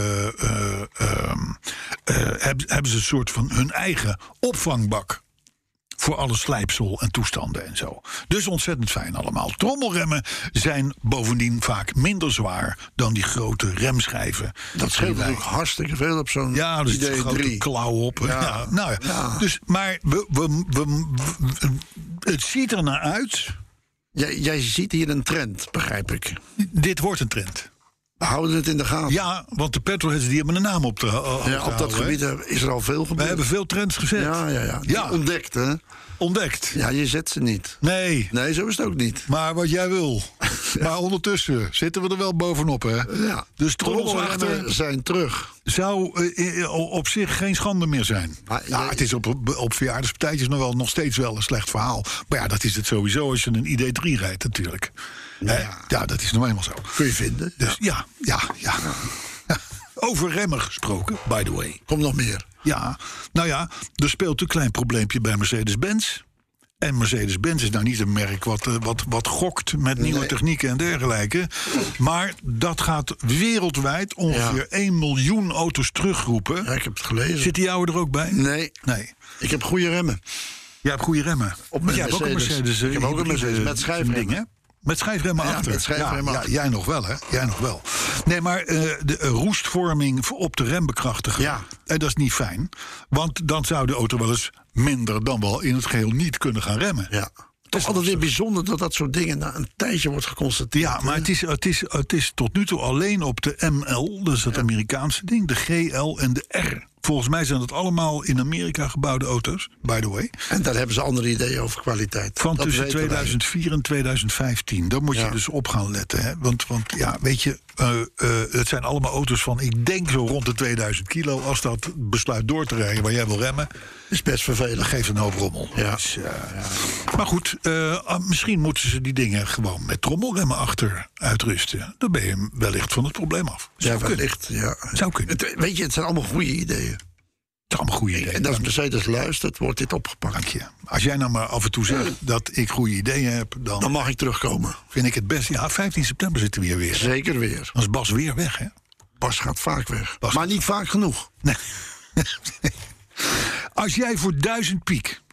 Hebben ze een soort van hun eigen opvangbak. Voor alle slijpsel en toestanden en zo. Dus ontzettend fijn allemaal. Trommelremmen zijn bovendien vaak minder zwaar dan die grote remschijven. Dat scheelt natuurlijk hartstikke veel op zo'n ja, dus een grote klauw op. Ja. Nou ja. Dus, maar het ziet er naar uit. Jij ziet hier een trend, begrijp ik. Dit wordt een trend. We houden het in de gaten. Ja, want de petrolheads die hebben een naam op dat gebied is er al veel gebeurd. We hebben veel trends gezet. Ja. Ontdekt, hè? Ontdekt. Ja, je zet ze niet. Nee, zo is het ook niet. Maar wat jij wil. Maar ondertussen zitten we er wel bovenop, hè? Ja. Dus trommels achter zijn terug. Zou op zich geen schande meer zijn. Het is op verjaardagspartijtjes nog steeds wel een slecht verhaal. Maar ja, dat is het sowieso als je een ID3 rijdt natuurlijk. Ja, dat is nou eenmaal zo. Kun je vinden. Dus ja. Over remmen gesproken, by the way. Komt nog meer. Ja, nou ja, er speelt een klein probleempje bij Mercedes-Benz. En Mercedes-Benz is nou niet een merk wat gokt met nieuwe technieken en dergelijke. Maar dat gaat wereldwijd ongeveer 1 miljoen auto's terugroepen. Ja, ik heb het gelezen. Zit die jouwe er ook bij? Nee. Ik heb goede remmen. Jij hebt goede remmen. Jij hebt ook een Mercedes. Ik heb ook een Mercedes met schijfremmen. Hè? Met schijfremmen achter. Met schijfremmen achter. Jij nog wel, hè? Jij nog wel. Nee, maar de roestvorming op de rem bekrachtigen. Ja. Dat is niet fijn. Want dan zou de auto wel eens minder dan wel in het geheel niet kunnen gaan remmen. Ja. Toch altijd weer bijzonder dat dat soort dingen na een tijdje wordt geconstateerd. Ja, maar het is tot nu toe alleen op de ML, dat is het Amerikaanse ding, de GL en de R. Volgens mij zijn dat allemaal in Amerika gebouwde auto's, by the way. En daar hebben ze andere ideeën over kwaliteit. Van dat tussen 2004 en 2015. Daar moet je dus op gaan letten. Hè? Want ja, weet je, het zijn allemaal auto's van, ik denk zo rond de 2000 kilo. Als dat besluit door te rijden waar jij wil remmen, is best vervelend. Geeft een hoop rommel. Ja. Dus, maar goed, misschien moeten ze die dingen gewoon met trommelremmen achter uitrusten. Dan ben je wellicht van het probleem af. Ja, wellicht. Ja. Zou kunnen. Weet je, het zijn allemaal goede ideeën. Het is allemaal goede ideeën. En als Mercedes luistert, wordt dit opgepakt. Dank je. Als jij nou maar af en toe zegt dat ik goede ideeën heb, dan mag ik terugkomen. Vind ik het best. Ja, 15 september zitten we weer. Zeker weer. Dan is Bas weer weg, hè? Bas gaat vaak weg. Maar niet vaak genoeg. Nee. Als jij voor 1000 piek.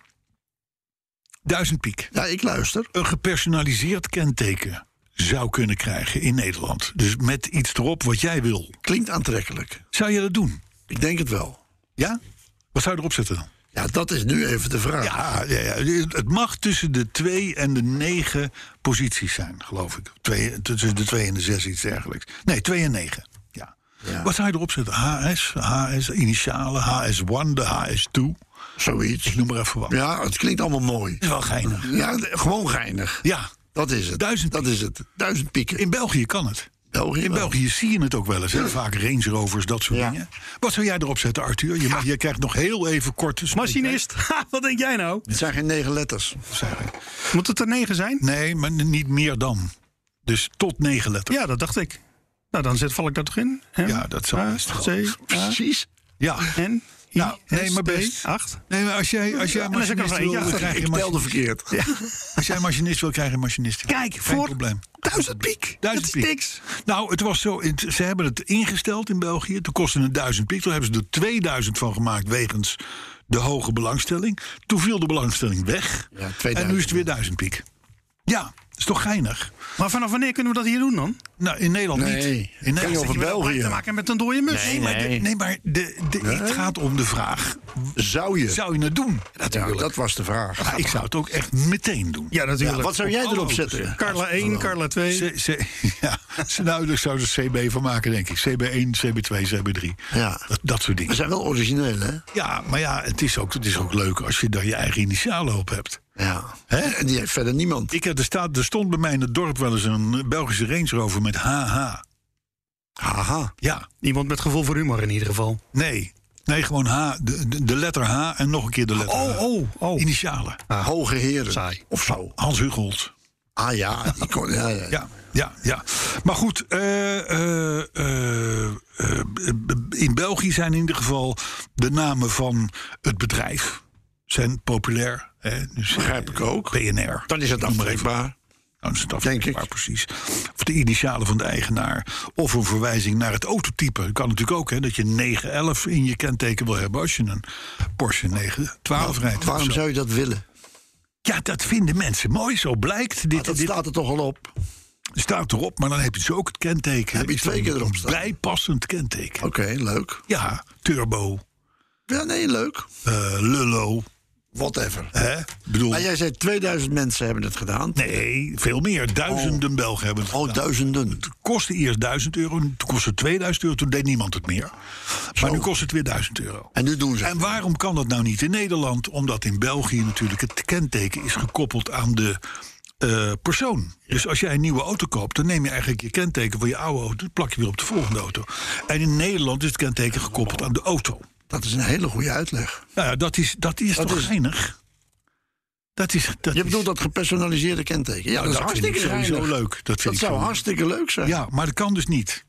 Ja, ik luister. Een gepersonaliseerd kenteken zou kunnen krijgen in Nederland. Dus met iets erop wat jij wil. Klinkt aantrekkelijk. Zou je dat doen? Ik denk het wel. Ja? Wat zou je erop zetten dan? Ja, dat is nu even de vraag. Ja, het mag tussen de 2 en de 9 posities zijn, geloof ik. Tussen de 2 en de 6, iets dergelijks. Nee, 2 en 9. Ja. Wat zou je erop zetten? HS, initialen, HS1, de HS2. Zoiets. Ik noem maar even wat. Ja, het klinkt allemaal mooi. Het is wel geinig. Ja, gewoon geinig. Ja. Dat is het. 1000 dat is het. 1000 pieken. In België kan het. In België zie je het ook wel eens. Hè? Vaak Range Rovers, dat soort dingen. Wat zou jij erop zetten, Arthur? Je krijgt nog heel even korte... Machinist. Wat denk jij nou? Het zijn geen 9 letters. Moet het er 9 zijn? Nee, maar niet meer dan. Dus tot 9 letters. Ja, dat dacht ik. Nou, dan val ik dat toch in? Ja, dat zou C, precies. Ja. N, I, nee, maar S, best. 8. Nee, maar als jij machinist wil, krijg je ik telde verkeerd. Ja. Als jij machinist wil, krijg je machinist. Kijk, geen voor probleem. 1000 piek. 1000 piek. Niks. Nou, het was zo. Ze hebben het ingesteld in België. Toen kostte het 1000 piek. Toen hebben ze er 2000 van gemaakt wegens de hoge belangstelling. Toen viel de belangstelling weg. Ja, 2000. En nu is het weer 1000 piek. Ja, dat is toch geinig. Maar vanaf wanneer kunnen we dat hier doen dan? Nou, in Nederland niet. In Nederland over België. Te maken met een dode mus. Maar het gaat om de vraag. Zou je het doen? Ja, dat was de vraag. Ja, ik zou het ook echt meteen doen. Ja, natuurlijk. Ja, wat zou jij erop zetten? Carla 1, Carla 2. Nou, daar zou ze CB van maken, denk ik. CB1, CB2, CB3. Ja. Dat soort dingen. We zijn wel origineel, hè? Ja, maar ja, het is ook leuk als je daar je eigen initialen op hebt. Ja. En die heeft verder niemand. Er stond bij mij in het dorp wel eens een Belgische Range Rover met HH. Haha. Ja. Iemand met gevoel voor humor in ieder geval. Nee, gewoon H, de letter H en nog een keer de letter H. Initialen. Hoge heren. Saai. Of zo. Hans Hugold. Ah ja, die kon, Ja. Maar goed, in België zijn in ieder geval de namen van het bedrijf zijn populair. Dus, begrijp ik ook. PNR. Dan is het aftrekbaar. Dan is het aftrekbaar, precies. Of de initialen van de eigenaar. Of een verwijzing naar het autotype. Dat kan natuurlijk ook, dat je 911 in je kenteken wil hebben als je een Porsche 912 rijdt. Waarom zou je dat willen? Ja, dat vinden mensen mooi. Zo blijkt. Dat staat er toch al op? Staat erop, maar dan heb je dus ook het kenteken. Heb je 2 keer erop staan? Bijpassend kenteken. Oké, leuk. Ja, turbo. Ja, nee, leuk. Lullo. Whatever. Bedoel... Maar jij zei 2000 mensen hebben het gedaan. Nee, veel meer. Duizenden Belgen hebben het gedaan. Duizenden. Het kostte eerst €1000. Toen kostte het €2000. Toen deed niemand het meer. Maar nu kost het weer €1000. En nu doen ze het. En waarom kan dat nou niet in Nederland? Omdat in België natuurlijk het kenteken is gekoppeld aan de persoon. Dus als jij een nieuwe auto koopt, dan neem je eigenlijk je kenteken van je oude auto, dat plak je weer op de volgende auto. En in Nederland is het kenteken gekoppeld aan de auto. Dat is een hele goede uitleg. Nou ja, dat is toch geinig? Je bedoelt dat gepersonaliseerde kenteken? Ja, dat is hartstikke sowieso leuk. Dat zou hartstikke leuk zijn. Ja, maar dat kan dus niet.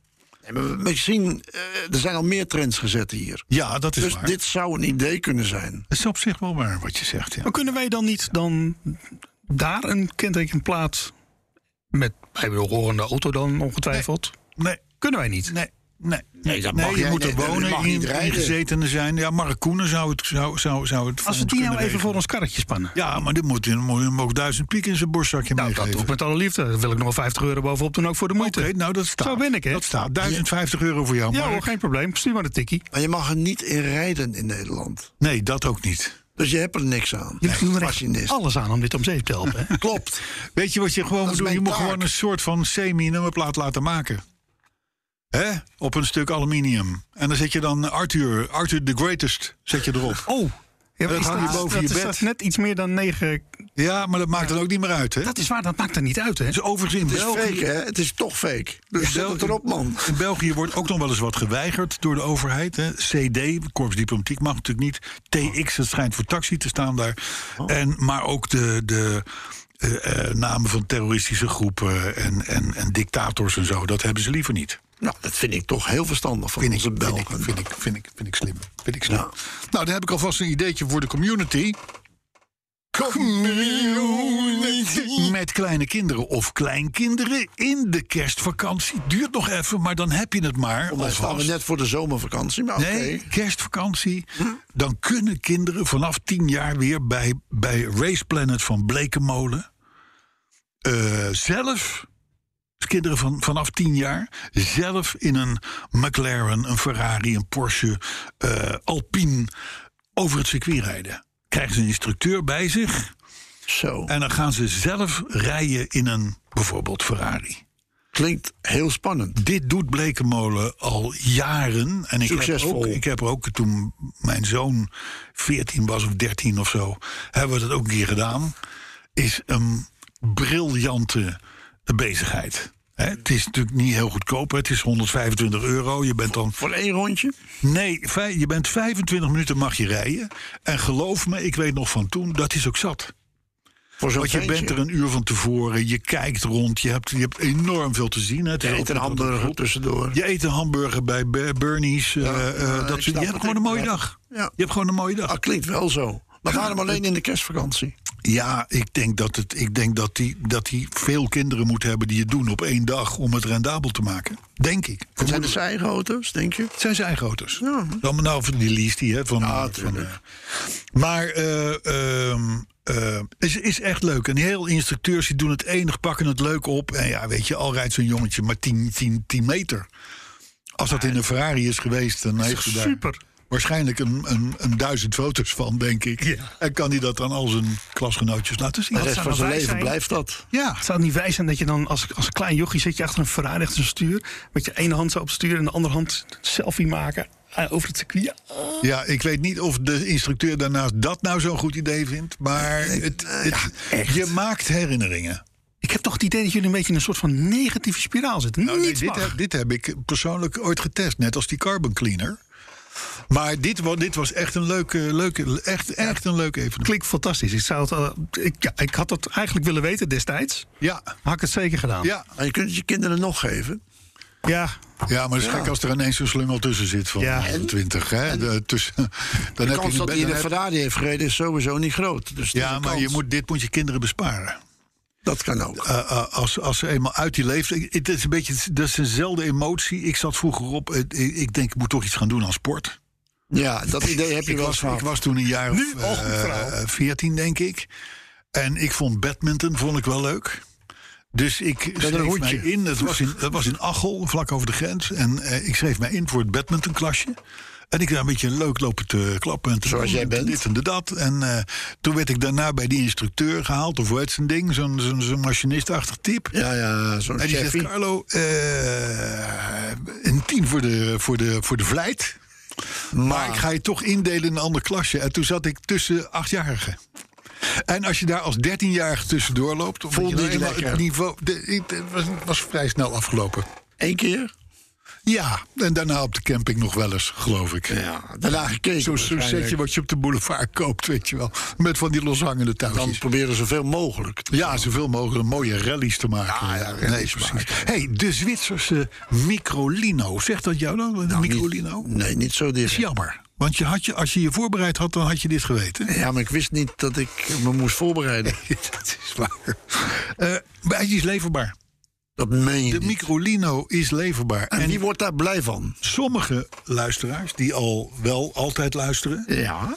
Maar misschien, er zijn al meer trends gezet hier. Ja, dat is Dus waar. dit zou een idee kunnen zijn. Dat is op zich wel waar wat je zegt. Ja. Maar kunnen wij dan niet daar een kentekenplaat met bijbehorende auto dan ongetwijfeld? Nee, Kunnen wij niet? nee. dat mag je jij- moet er nee, dat wonen, mag niet rijden. ingezetenen zijn. Ja, Marracoenen zou het Als we voor die ons nou kunnen even regelen. voor ons karretje spannen. Ja, maar dit moet hem ook 1000 piek in zijn borstzakje Nou, dat meegeven. doe ik met alle liefde. Daar wil ik nog wel €50 bovenop doen, ook voor de moeite. Oké, nou dat staat. Zo ben ik, hè? Dat staat. €1050 voor jou, Ja Mark. hoor, geen probleem. Stuur maar de tikkie. Maar je mag er niet in rijden in Nederland. Nee, dat ook niet. Dus je hebt er niks aan. Jullie doen er echt Machinist. alles aan om dit om zeep te helpen. Hè? Klopt. Weet je wat je gewoon Dat moet is doen? Je mijn moet taak. gewoon een soort van semi-nummerplaat laten maken. Hè? Op een stuk aluminium. En dan zet je dan Arthur the Greatest, zet je erop. Oh, ja, Dat hang je boven je dat bed. is net iets meer dan 9. Ja, maar dat maakt dan ook niet meer uit, hè? Dat is waar, dat maakt er niet uit, hè? Dus overigens in Het is België... fake, hè? Het is toch fake. Dus zet het erop, man. In België wordt ook nog wel eens wat geweigerd door de overheid. Hè. CD, Korps Diplomatiek, mag natuurlijk niet. TX, het schijnt voor taxi te staan daar. Maar ook de namen van terroristische groepen en dictators en zo. Dat hebben ze liever niet. Nou, dat vind ik toch heel verstandig van onze Belgen. Vind ik slim. Ja. Nou, dan heb ik alvast een ideetje voor de community. Met kleine kinderen of kleinkinderen in de kerstvakantie. Duurt nog even, maar dan heb je het maar. Dan staan we alvast. net voor de zomervakantie, maar Nee, oké. kerstvakantie. Dan kunnen kinderen vanaf 10 jaar weer bij Race Planet van Blekenmolen zelf, kinderen vanaf 10 jaar, zelf in een McLaren, een Ferrari, een Porsche, Alpine over het circuit rijden. Krijgen ze een instructeur bij zich Zo. en dan gaan ze zelf rijden in een bijvoorbeeld Ferrari. Klinkt heel spannend. Dit doet Blekenmolen al jaren. En Succesvol. ik heb er ook toen mijn zoon 14 was of 13 of zo, hebben we dat ook een keer gedaan. Is een briljante bezigheid. Hè, het is natuurlijk niet heel goedkoop. Hè. Het is €125. Je bent dan... Voor 1 rondje? Nee, je bent 25 minuten mag je rijden. En geloof me, ik weet nog van toen, dat is ook zat. Voor zo'n Want je ventje. bent er een uur van tevoren, je kijkt rond, je hebt enorm veel te zien. Hè. Het is Je ook eet een altijd hamburger goed. tussendoor. Je eet een hamburger bij Bernie's. ik je snap hebt het. gewoon een mooie dag. Ja. Je hebt gewoon een mooie dag. Dat klinkt wel zo. Maar waarom alleen in de kerstvakantie? Ja, ik denk dat die veel kinderen moeten hebben die het doen op 1 dag om het rendabel te maken. Denk ik. Zijn het zijn eigen auto's, denk je? Het zijn zijn eigen auto's. Ja. Dan nou van die lease die, hè. tuurlijk. Maar is echt leuk. En heel instructeurs die doen het enig, pakken het leuk op. En ja, weet je, al rijdt zo'n jongetje maar 10 meter. Als dat in een Ferrari is geweest, dan heeft hij daar Super. waarschijnlijk een 1000 foto's van, denk ik. Ja. En kan hij dat dan al zijn klasgenootjes laten zien. De rest zou van zijn nou leven wij blijft dat. Ja, Het zou niet wijs zijn dat je dan als een klein jochie zit je achter een Ferrari, achter een stuur. Met je ene hand zo op het stuur en de andere hand een selfie maken over het circuit. ja, ik weet niet of de instructeur daarnaast dat nou zo'n goed idee vindt. Maar je maakt herinneringen. Ik heb toch het idee dat jullie een beetje in een soort van negatieve spiraal zitten. Nou, nee, Niets mag. dit heb ik persoonlijk ooit getest, net als die carbon cleaner. Maar dit was echt een leuke echt een leuk evenement. Klinkt fantastisch. Ik had dat eigenlijk willen weten destijds. Ja, Had ik het zeker gedaan. ja. Maar je kunt het je kinderen nog geven. Ja, Ja, maar het is gek als er ineens een slungel tussen zit van Ja. 20. Hè? Dan De heb kans je dat hij in dan een heb- Ferrari heeft gereden is sowieso niet groot. Dus Ja, de maar kans- dit moet je kinderen besparen. dat kan ook. Als ze eenmaal uit die leeftijd... Het is een beetje, dat is eenzelfde emotie. Ik zat vroeger op... Ik denk, ik moet toch iets gaan doen aan sport. Ja, dat idee heb je wel eens Ik gehad. was toen een jaar Nu al goed verhaal. 14, denk ik. En ik vond badminton ik wel leuk. Dus ik een schreef mij hoedje. in. Dat was in Achel, vlak over de grens. En ik schreef mij in voor het badmintonklasje. En ik daar een beetje leuk lopen te klappen. En te Zoals doen, jij en bent. Dit en dat. En toen werd ik daarna bij die instructeur gehaald. Of hoe heet zijn ding? Zo'n machinistachtig type. Ja, zo'n En die zegt, chefie. Carlo, een team voor de vlijt. Maar ik ga je toch indelen in een ander klasje. En toen zat ik tussen 8-jarigen. En als je daar als 13-jarige tussendoor loopt... omdat Voelde je nou niet eenmaal lekker. het niveau... Het was vrij snel afgelopen. 1 keer? Ja, en daarna op de camping nog wel eens, geloof ik. Ja, daarna gekeken. Zo'n setje wat je op de boulevard koopt, weet je wel. Met van die loshangende Dan touwtjes. proberen zoveel mogelijk. Ja, zoveel mogelijk mooie rallies te maken. Ja, rallies precies. maken. Hey, de Zwitserse Microlino. Zegt dat jou dan? De Microlino? Nee, niet zo Dat is direct. jammer. Want als je voorbereid had, dan had je dit geweten. Ja, maar ik wist niet dat ik me moest voorbereiden. Dat is waar. Hij is leverbaar. Dat meen je De niet. Microlino is leverbaar. En wie wordt daar blij van? Sommige luisteraars, die al wel altijd luisteren... Ja.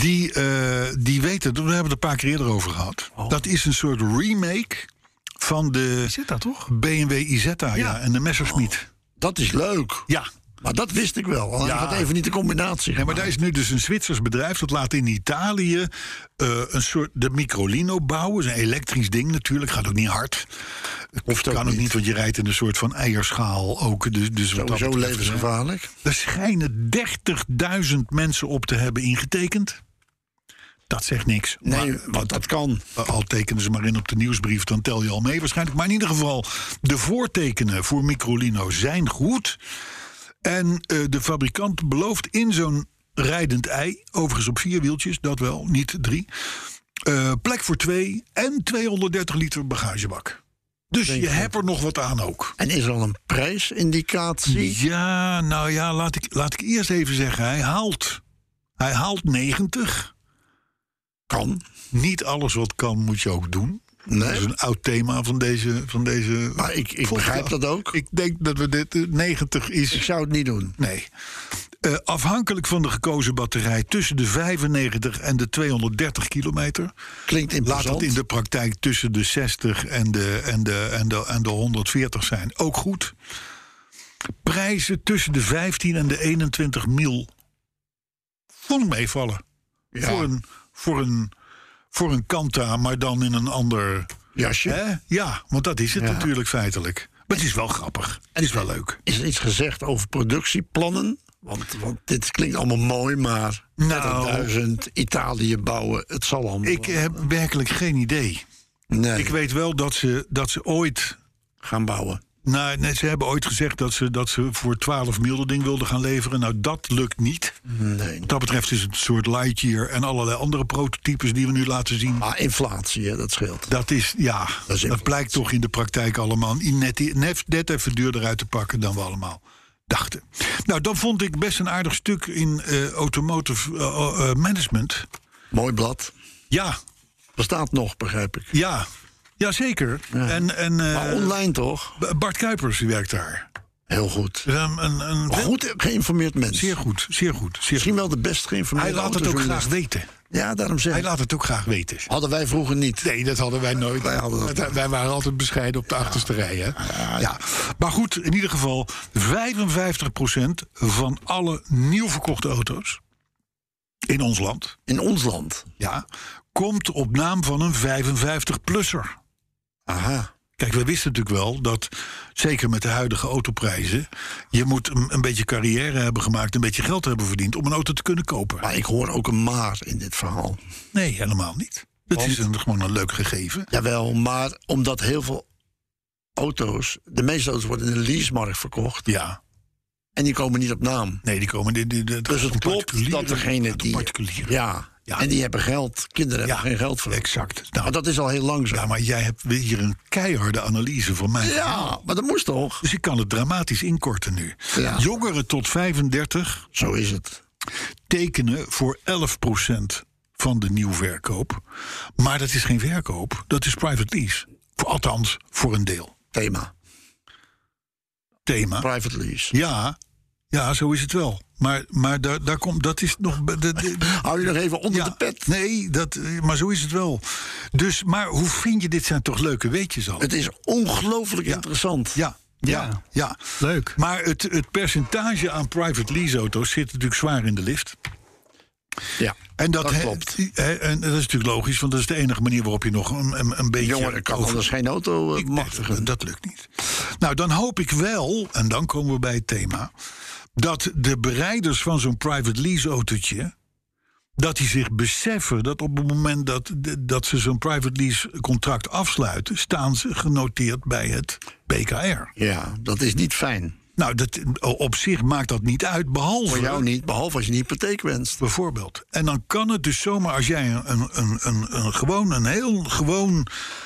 Die weten, we hebben het een paar keer eerder over gehad. Dat is een soort remake van de Zit dat toch? BMW Isetta en de Messerschmitt. Dat is leuk. Ja. Maar dat wist ik wel. Alleen Ja. ik had even niet de combinatie. Nee, maar daar is nu dus een Zwitsers bedrijf. Dat laat in Italië een soort de Microlino bouwen. Dat is een elektrisch ding natuurlijk. Gaat ook niet hard. Hoeft ook kan ook niet. niet, want je rijdt in een soort van eierschaal ook. Dus wat dat Sowieso betreft, levensgevaarlijk. er schijnen 30.000 mensen op te hebben ingetekend. Dat zegt niks. Nee, Maar want dat kan. al tekenen ze maar in op de nieuwsbrief, dan tel je al mee waarschijnlijk. Maar in ieder geval, de voortekenen voor Microlino zijn goed. En de fabrikant belooft in zo'n rijdend ei, overigens op 4 wieltjes, dat wel, niet 3... plek voor 2 en 230 liter bagagebak. Dus je hebt er nog wat aan ook. En is er al een prijsindicatie? Ja, nou ja, laat ik eerst even zeggen, hij haalt 90. Kan. Niet alles wat kan moet je ook doen. Nee. Dat is een oud thema van deze Maar ik begrijp dat ook. Ik denk dat we dit 90 is. Ik zou het niet doen. Nee. Afhankelijk van de gekozen batterij tussen de 95 en de 230 kilometer. Klinkt Laat interessant. dat in de praktijk tussen de 60 en de 140 zijn. Ook goed. Prijzen tussen de 15 en de 21 mil. Vond ik meevallen. Ja. Voor een Kanta, maar dan in een ander Jasje. Hè? Ja, want dat is het Ja. natuurlijk feitelijk. Maar het is wel grappig. Het is wel leuk. Is er iets gezegd over productieplannen? Want dit klinkt allemaal mooi, maar 30.000 Italië bouwen, het zal allemaal. Ik heb werkelijk geen idee. Nee, Ik weet wel dat ze ooit... gaan bouwen. Nou, nee, ze hebben ooit gezegd dat ze voor 12 mil dat ding wilden gaan leveren. Nou, dat lukt niet. Nee. Wat dat betreft is het een soort Lightyear en allerlei andere prototypes die we nu laten zien. Maar inflatie, hè, dat scheelt. Dat is, ja, is dat blijkt toch in de praktijk allemaal net even duurder uit te pakken dan we allemaal dachten. Nou, dan vond ik best een aardig stuk in Automotive Management. Mooi blad. Ja, Bestaat nog, begrijp ik. ja, zeker. Ja. En Maar online toch? Bart Kuipers die werkt daar. Heel goed. Een Goed geïnformeerd mens. zeer goed, zeer goed. Zeer Misschien goed. wel de best geïnformeerde Hij laat het ook autojournalist. graag weten. Ja, daarom zeg Hij ik. laat het ook graag weten. Hadden wij vroeger niet. Nee, dat hadden wij nooit. Wij hadden dat Wij waren altijd bescheiden op de achterste rij. Hè? Ja. Maar goed, in ieder geval 55% van alle nieuw verkochte auto's in ons land, In ons land. ja, komt op naam van een 55-plusser. Aha. Kijk, we wisten natuurlijk wel dat, zeker met de huidige autoprijzen, je moet een beetje carrière hebben gemaakt, een beetje geld hebben verdiend om een auto te kunnen kopen. Maar ik hoor ook een maar in dit verhaal. Nee, helemaal niet. Het is gewoon een leuk gegeven. Jawel, maar omdat heel veel auto's, de meeste auto's worden in de leasemarkt verkocht. Ja. En die komen niet op naam. Nee, die komen... Dus het klopt dat degene die... Particulieren. Ja, Ja. en die hebben geld. Kinderen hebben geen geld voor. Exact. Nou, Maar dat is al heel lang zo. ja, maar jij hebt hier een keiharde analyse van mij. Ja, maar dat moest toch? Dus ik kan het dramatisch inkorten nu. Ja. Jongeren tot 35 Zo is het. tekenen voor 11% van de nieuwverkoop. Maar dat is geen verkoop, dat is private lease. Althans, voor een deel. Thema. Private lease. Ja, zo is het wel. Maar daar komt, dat is nog... Hou je nog even onder de pet. Nee, maar zo is het wel. Dus, maar hoe vind je dit? Zijn toch leuke weetjes al? Het is ongelooflijk interessant. Ja. Leuk. Maar het percentage aan private leaseauto's zit natuurlijk zwaar in de lift. Ja, En dat klopt. En dat is natuurlijk logisch, want dat is de enige manier waarop je nog een beetje... Jongeren kan anders geen auto machtigen. Dat lukt niet. Nou, dan hoop ik wel, en dan komen we bij het thema, dat de bereiders van zo'n private lease autootje, dat die zich beseffen dat op het moment dat ze zo'n private lease contract afsluiten, staan ze genoteerd bij het BKR. Ja, dat is niet fijn. Nou, op zich maakt dat niet uit, behalve... Voor jou niet, behalve als je een hypotheek wenst. Bijvoorbeeld. En dan kan het dus zomaar als jij een heel gewoon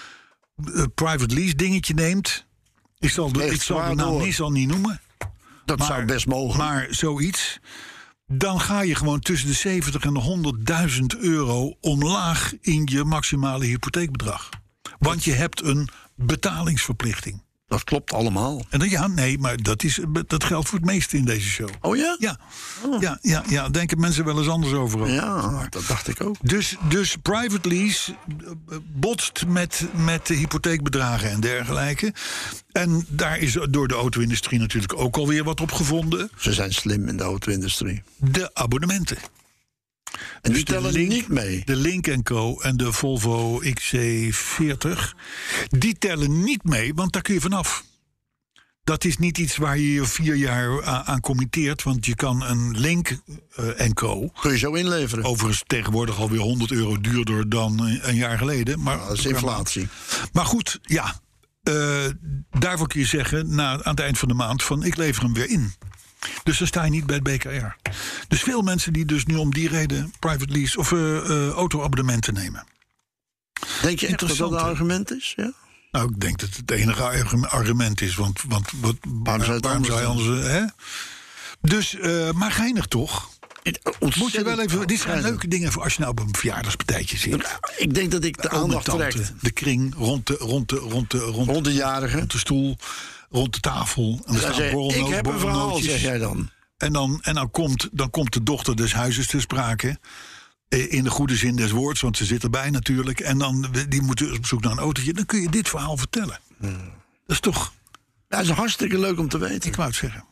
private lease dingetje neemt. Ik zal de naam niet noemen. Dat zou best mogen. Maar zoiets. Dan ga je gewoon tussen de 70 en de 100.000 euro omlaag in je maximale hypotheekbedrag. Want je hebt een betalingsverplichting. Dat klopt allemaal. En maar dat geldt voor het meeste in deze show. Oh ja? Ja. Oh. Ja. Denken mensen wel eens anders over. Ja, dat dacht ik ook. Dus private lease botst met de hypotheekbedragen en dergelijke. En daar is door de auto-industrie natuurlijk ook alweer wat op gevonden. Ze zijn slim in de auto-industrie. De abonnementen. En die tellen niet mee. De Lynk & Co. en de Volvo XC40... die tellen niet mee, want daar kun je vanaf. Dat is niet iets waar je 4 jaar aan committeert... want je kan een Lynk & Co. Kun je zo inleveren. Overigens tegenwoordig alweer €100 duurder dan een jaar geleden. Maar dat is inflatie. Maar goed, ja. Daarvoor kun je zeggen, aan het eind van de maand... van ik lever hem weer in. Dus dan sta je niet bij het BKR. Dus veel mensen die dus nu om die reden private lease of auto-abonnementen nemen. Denk je echt dat dat een argument is? Ja? Nou, ik denk dat het enige argument is. Want waarom zou je anders... Hè? Dus, maar geinig toch? Moet je wel even... Dit zijn leuke dingen voor als je nou op een verjaardagspartijtje zit. Ik denk dat ik de aandacht trek. De kring rond de jarige. Rond de stoel. Rond de tafel. En ik heb een verhaal, zeg jij dan. En dan komt de dochter des huizes te sprake. In de goede zin des woords, want ze zit erbij natuurlijk. En dan die moeten op zoek naar een autootje. Dan kun je dit verhaal vertellen. Dat is toch... Ja, dat is hartstikke leuk om te weten. Ik wou het zeggen.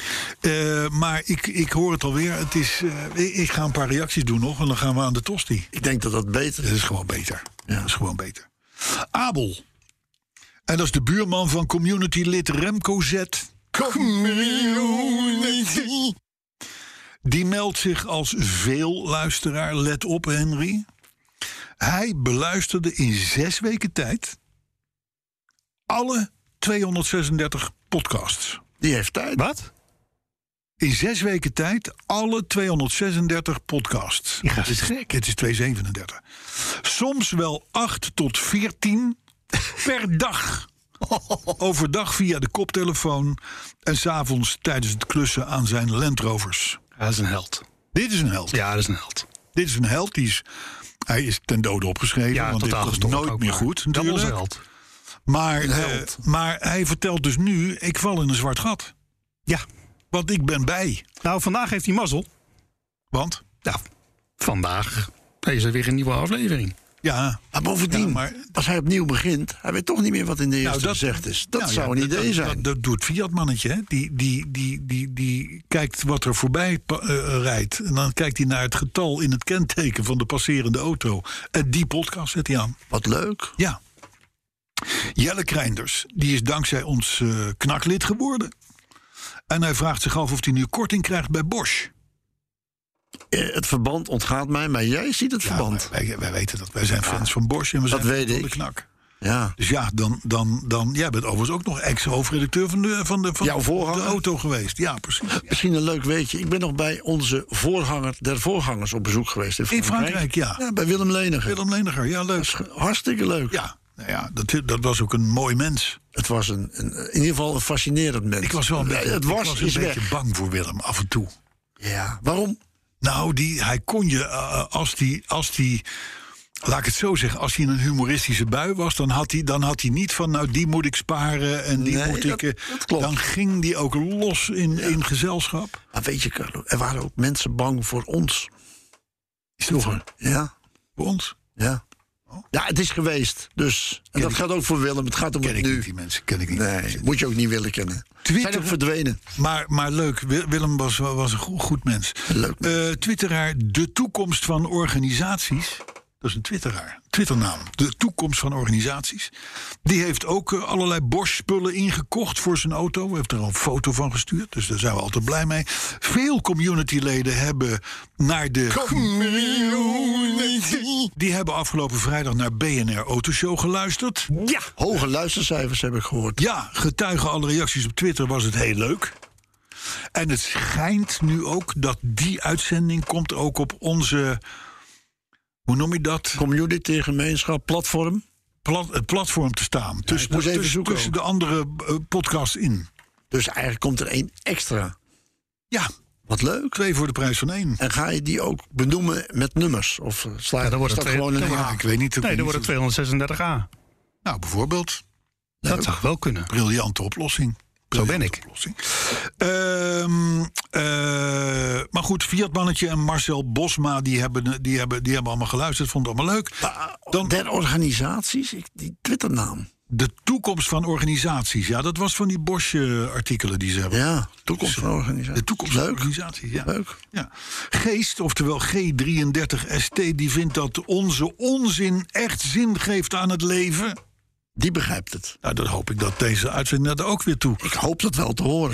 Ja. Maar ik hoor het alweer. Het is, ik ga een paar reacties doen nog. En dan gaan we aan de tosti. Ik denk dat dat beter is. Dat is gewoon beter. Ja. Dat is gewoon beter. Abel. En dat is de buurman van community-lid Remco Z. Community. Die meldt zich als veelluisteraar. Let op, Henry. Hij beluisterde in 6 weken tijd alle 236 podcasts. Die heeft tijd. Wat? In 6 weken tijd alle 236 podcasts. Ja, dat is gek. Het is 237. Soms wel 8 tot 14 per dag. Overdag via de koptelefoon en 's avonds tijdens het klussen aan zijn Land Rovers. Dat is een held. Dit is een held. Ja, dat is een held. Dit is een held. Hij is ten dode opgeschreven. Ja, want dit komt nooit meer goed. Dat is natuurlijk. een held. Maar hij vertelt dus nu, ik val in een zwart gat. Ja. Want ik ben bij. Nou, vandaag heeft hij mazzel. Want? Ja, vandaag is er weer een nieuwe aflevering. Ja. Maar bovendien, als hij opnieuw begint... hij weet toch niet meer wat in de eerste gezegd is. Dat zou een idee zijn. Dat doet Fiat-mannetje. Hè? Die kijkt wat er voorbij rijdt. En dan kijkt hij naar het getal in het kenteken van de passerende auto. En die podcast zet hij aan. Wat leuk. Ja. Jelle Kreinders, die is dankzij ons knaklid geworden. En hij vraagt zich af of hij nu korting krijgt bij Bosch. Het verband ontgaat mij, maar jij ziet het verband. Wij weten dat. Wij zijn fans van Bosch en we zijn weet van ik. de knak. Ja. Dus ja, dan jij bent overigens ook nog ex-hoofdredacteur van de auto geweest. Ja, precies. Ja. Misschien een leuk weetje. Ik ben nog bij onze voorganger der voorgangers op bezoek geweest. In Frankrijk, ja. Ja, bij Willem Leniger. Willem Leniger, ja, leuk. Dat is hartstikke leuk. Ja, nou ja, dat was ook een mooi mens. Het was in ieder geval een fascinerend mens. Ik was wel een beetje bang voor Willem af en toe. Ja, waarom? Nou, hij kon je, als die, laat ik het zo zeggen, als hij in een humoristische bui was, dan had hij niet van, nou, die moet ik sparen en die moet ik. Dat klopt. Dan ging die ook los in gezelschap. Maar weet je, Carlo, er waren ook mensen bang voor ons. Vroeger. Ja. Voor ons? Ja. Ja, het is geweest. Dus. En dat gaat ook voor Willem. Het gaat om het nu. Die mensen ken ik niet. Nee, moet je ook niet willen kennen. Twitter, zijn ook verdwenen. Maar leuk. Willem was een goed mens. Leuk. Twitteraar De Toekomst van Organisaties. Dat is een Twitternaam. De Toekomst van Organisaties. Die heeft ook allerlei Bosch-spullen ingekocht voor zijn auto. Heeft er al een foto van gestuurd. Dus daar zijn we altijd blij mee. Veel communityleden hebben naar de community. Die hebben afgelopen vrijdag naar BNR Autoshow geluisterd. Ja, hoge luistercijfers heb ik gehoord. Ja, getuigen alle reacties op Twitter was het heel leuk. En het schijnt nu ook dat die uitzending komt ook op onze... Hoe noem je dat? Community, gemeenschap, platform. Het platform te staan. Tussen de andere podcasts in. Dus eigenlijk komt er 1 extra. Ja. Wat leuk. 2 voor de prijs van 1. En ga je die ook benoemen met nummers? Of dan wordt het gewoon een... Ja, ik weet niet. Nee, dan wordt het 236A. Nou, bijvoorbeeld. Dat zou wel kunnen. Briljante oplossing. Zo ben ik. Maar goed, Fiat-mannetje en Marcel Bosma... die hebben allemaal geluisterd, vonden het allemaal leuk. Der organisaties, die Twitternaam. De toekomst van organisaties. Ja, dat was van die Bosch-artikelen die ze hebben. Ja, toekomst van organisaties. De toekomst van organisaties, ja. Leuk. Ja. Geest, oftewel G33ST... die vindt dat onze onzin echt zin geeft aan het leven... Die begrijpt het. Nou, dan hoop ik dat deze uitzending dat ook weer toe. Ik hoop dat wel te horen.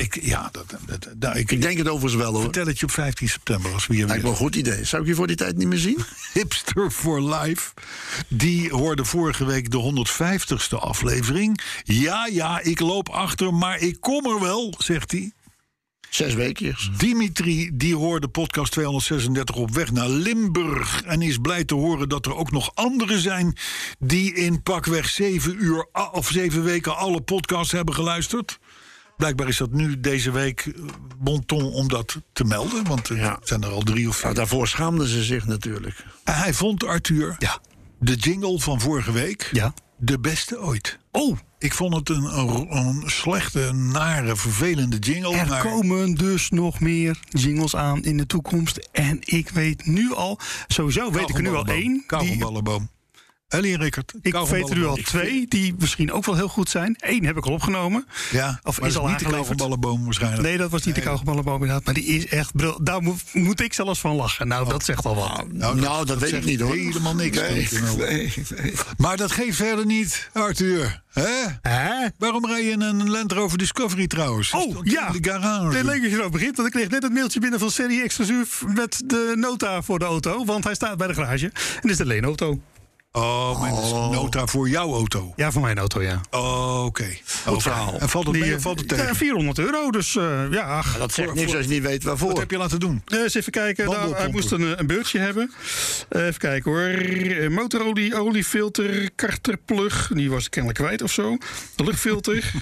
Ik denk het overigens wel, hoor. Vertel het je op 15 september. Als we hier lijkt me een goed idee. Zou ik je voor die tijd niet meer zien? Hipster for Life. Die hoorde vorige week de 150ste aflevering. Ja, ik loop achter, maar ik kom er wel, zegt hij. 6 weekjes. Dimitri, die hoorde podcast 236 op weg naar Limburg... en is blij te horen dat er ook nog anderen zijn... die in pakweg 7 weken alle podcasts hebben geluisterd. Blijkbaar is dat nu deze week bon ton om dat te melden... want er zijn er al 3 of 4. Nou, daarvoor schaamden ze zich natuurlijk. En hij vond, Arthur, de jingle van vorige week... de beste ooit. Oh, ik vond het een slechte, nare, vervelende jingle. Er komen dus nog meer jingles aan in de toekomst. En ik weet nu al, sowieso weet ik er nu al 1. Kauwgomballenboom. Ellie en Rickert. Ik weet er nu al 2 die misschien ook wel heel goed zijn. 1 heb ik al opgenomen. Ja, of maar is al niet de kauwgomballenboom waarschijnlijk. Nee, dat was niet de kauwgomballenboom inderdaad. Maar die is echt... Daar moet ik zelfs van lachen. Nou, dat zegt al wat. Nou, dat weet ik niet, hoor. Helemaal niks. Nee. Maar dat geeft verder niet, Arthur. Hè? Waarom rij je in een Land Rover Discovery trouwens? Oh, ja. De garage. Het leuk dat je zo begint. Want ik kreeg net het mailtje binnen van Serie Exclusief... met de nota voor de auto. Want hij staat bij de garage. En dit is de leenauto. Oh, maar dat is een nota voor jouw auto? Ja, voor mijn auto, ja. Oh, oké. Goed verhaal. En valt het mee of valt het tegen? €400, dus ja. Dat zegt niks als je niet weet waarvoor. Wat heb je laten doen? Eens even kijken. Nou, hij moest een beurtje hebben. Even kijken hoor. Motorolie, oliefilter, karterplug. Die was ik kennelijk kwijt of zo. De luchtfilter.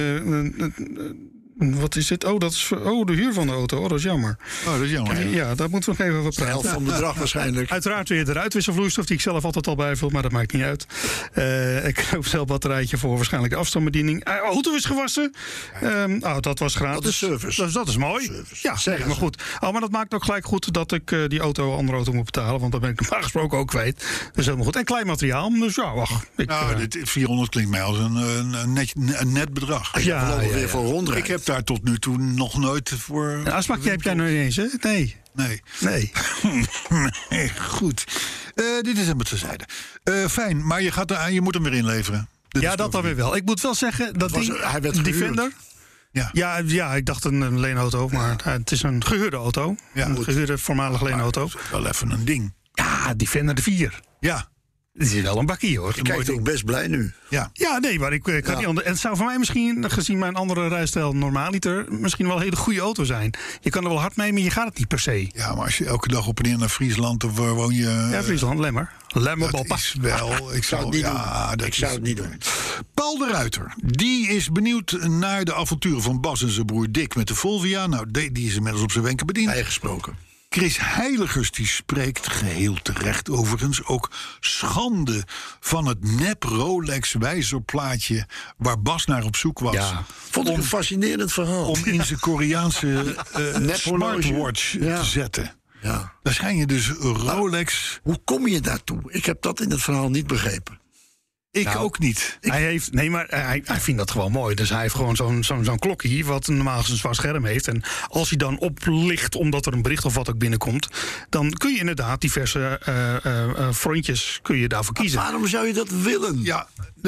Wat is dit? Dat is de huur van de auto. Dat is jammer. Oh, dat is jammer. Ja, daar moeten we nog even over praten. De helft van het bedrag waarschijnlijk. Uiteraard weer de uitwisselvloeistof die ik zelf altijd al bijvul, maar dat maakt niet uit. Ik koop zelf batterijtje voor waarschijnlijk de afstandsbediening. Auto is gewassen. Dat was gratis. Dat is service. Dat is mooi. Service. Ja, zeg maar goed. Maar dat maakt ook gelijk goed dat ik die andere auto moet betalen, want dat ben ik normaal gesproken ook kwijt. Dat is helemaal goed. En klein materiaal, dus ja, wacht. Dit 400 klinkt mij als een net bedrag. Weer voor rondrijden. Ik heb daar tot nu toe nog nooit voor... Een afspraakje heb jij nog niet eens, hè? Nee. Nee, goed. Dit is helemaal terzijde. Fijn, maar je moet hem weer inleveren. Ja, dat dan weer wel. Ik moet wel zeggen dat hij werd Defender... Ja, ik dacht een leenauto, maar het is een gehuurde auto. Ja, een gehuurde voormalig leenauto. Dat is wel even een ding. Ja, Defender de 4. Ja. Het is wel een bakkie, hoor. Ik kijk ook best blij nu. Ja, nee, maar ik kan niet anders. En het zou voor mij misschien, gezien mijn andere rijstijl normaaliter, misschien wel een hele goede auto zijn. Je kan er wel hard mee, maar je gaat het niet per se. Ja, maar als je elke dag op en neer naar Friesland, of waar woon je? Ja, Friesland, Lemmer. Dat is wel... Ik zou het niet doen. Paul de Ruiter, die is benieuwd naar de avonturen van Bas en zijn broer Dick met de Volvia. Nou, die is inmiddels op zijn wenken bediend. Bijgesproken. Chris Heiligers die spreekt, geheel terecht overigens, ook schande van het nep Rolex wijzerplaatje waar Bas naar op zoek was. Ja, vond ik een fascinerend verhaal. Om in zijn Koreaanse smartwatch te zetten. Ja. Daar schijn je dus Rolex... Hoe kom je daartoe? Ik heb dat in het verhaal niet begrepen. Ik ook niet. Hij vindt dat gewoon mooi. Dus hij heeft gewoon zo'n klokje wat normaal een zwart scherm heeft. En als hij dan oplicht omdat er een bericht of wat ook binnenkomt, dan kun je inderdaad diverse frontjes kun je daarvoor kiezen. Waarom zou je dat willen? Ja,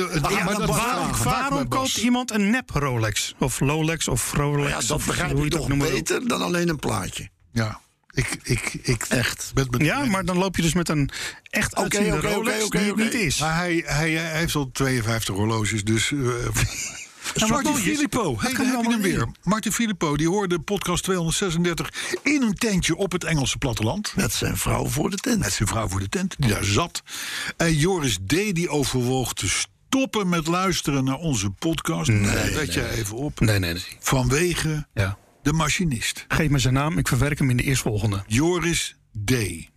waarom koopt iemand een nep Rolex? Of Rolex of Rolex? Ja, dat begrijp ik toch beter dan alleen een plaatje. Ja. Ik echt. Ja, maar dan loop je dus met een echt uitziende Rolex die het niet is. Maar hij heeft al 52 horloges, dus Martin Filippo, daar heb je hem weer. Martin Filippo, die hoorde podcast 236 in een tentje op het Engelse platteland. Met zijn vrouw voor de tent. Die daar zat. En Joris D. die overwoog te stoppen met luisteren naar onze podcast. Jij even op. Nee. Vanwege de machinist. Geef me zijn naam, ik verwerk hem in de eerstvolgende. Joris D.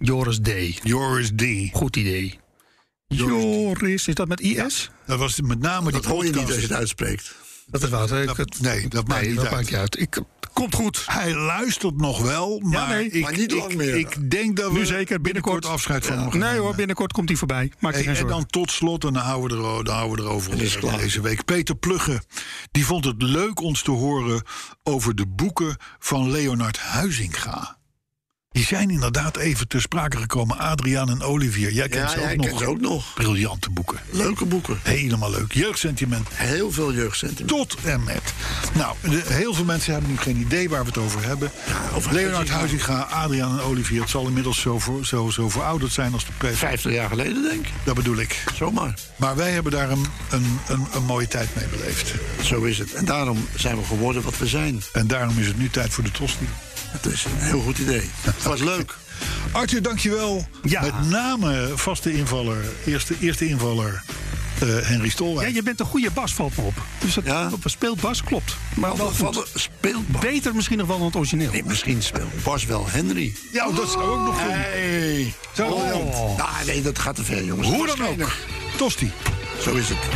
Goed idee. Joris, is dat met IS? Ja, dat was met name dat die hoor je podcast. niet als je het uitspreekt. Dat is waar. Dat maakt niet uit. Komt goed. Hij luistert nog wel, maar, maar niet lang meer. Ik denk dat we nu zeker binnenkort afscheid van hem gaan Nee nemen. hoor, binnenkort komt hij voorbij. Maak je geen zorgen. En dan tot slot, en dan houden we erover deze week. Peter Plugge, die vond het leuk ons te horen over de boeken van Leonard Huizinga. Die zijn inderdaad even ter sprake gekomen. Adriaan en Olivier. Jij kent ze ook nog. Briljante boeken. Leuke boeken. Helemaal leuk. Jeugdsentiment. Heel veel jeugdsentiment. Tot en met. Nou, heel veel mensen hebben nu geen idee waar we het over hebben. Over Leonard Huizinga, Adriaan en Olivier. Het zal inmiddels zo verouderd zijn als de pers. 50 jaar geleden, denk ik. Dat bedoel ik. Zomaar. Maar wij hebben daar een mooie tijd mee beleefd. Zo is het. En daarom zijn we geworden wat we zijn. En daarom is het nu tijd voor de tosti. Het is een heel goed idee. Het was leuk. Arthur, dankjewel. Ja. Met name vaste invaller, eerste invaller, Henry Stolwijk. Ja, je bent een goede bas, valt me op. Dus dat speelt bas, klopt. Maar wel goed. Speelt Bas. Beter misschien nog wel dan het origineel. Nee, misschien speelt Bas wel Henry. Ja, dat zou ook nog kunnen. Hey. Nee, dat gaat te ver, jongens. Hoe dan ook. Tosti. Zo is het.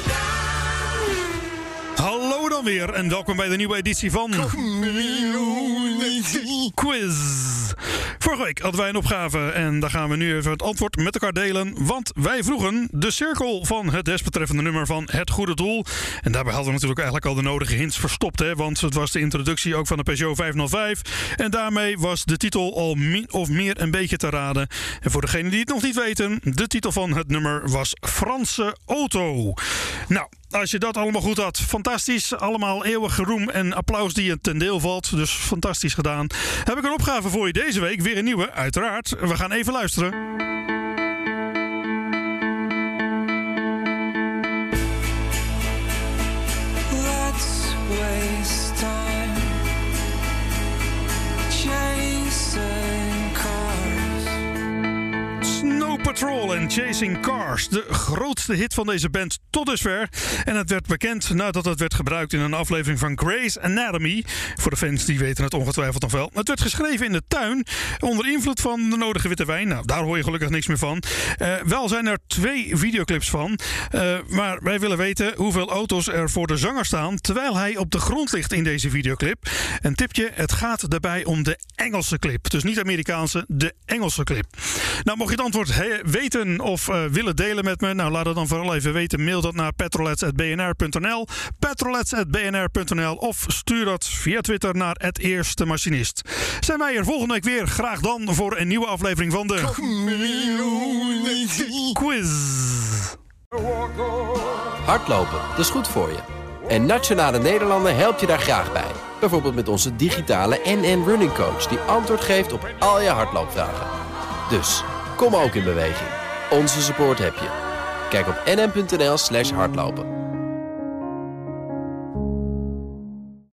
Hallo dan weer en welkom bij de nieuwe editie van Quiz. Vorige week hadden wij een opgave en daar gaan we nu even het antwoord met elkaar delen. Want wij vroegen de cirkel van het desbetreffende nummer van Het Goede Doel. En daarbij hadden we natuurlijk eigenlijk al de nodige hints verstopt. Hè, want het was de introductie ook van de Peugeot 505. En daarmee was de titel al min of meer een beetje te raden. En voor degenen die het nog niet weten, de titel van het nummer was Franse Auto. Nou, als je dat allemaal goed had, fantastisch. Allemaal eeuwige roem en applaus die je ten deel valt. Dus fantastisch gedaan. Heb ik een opgave voor je deze week. Weer een nieuwe, uiteraard. We gaan even luisteren. Let's waste time chasing cars. Snow Patrol en Chasing Cars. De grootste hit van deze band tot dusver. En het werd bekend nadat het werd gebruikt in een aflevering van Grey's Anatomy. Voor de fans die weten het ongetwijfeld nog wel. Het werd geschreven in de tuin onder invloed van de nodige witte wijn. Nou, daar hoor je gelukkig niks meer van. Wel zijn er 2 videoclips van. Maar wij willen weten hoeveel auto's er voor de zanger staan terwijl hij op de grond ligt in deze videoclip. Een tipje, het gaat daarbij om de Engelse clip. Dus niet de Amerikaanse, de Engelse clip. Nou, mocht je het antwoord weten of willen delen met me, nou laat het dan vooral even weten. Mail dat naar petrolets@bnr.nl, petrolets@bnr.nl of stuur dat via Twitter naar @eerstemachinist. Zijn wij er volgende week weer. Graag dan voor een nieuwe aflevering van de Quiz. Hardlopen, dat is goed voor je. En Nationale Nederlanden helpt je daar graag bij. Bijvoorbeeld met onze digitale NN Running Coach die antwoord geeft op al je hardloopvragen. Dus, kom ook in beweging. Onze support heb je. Kijk op nn.nl/hardlopen.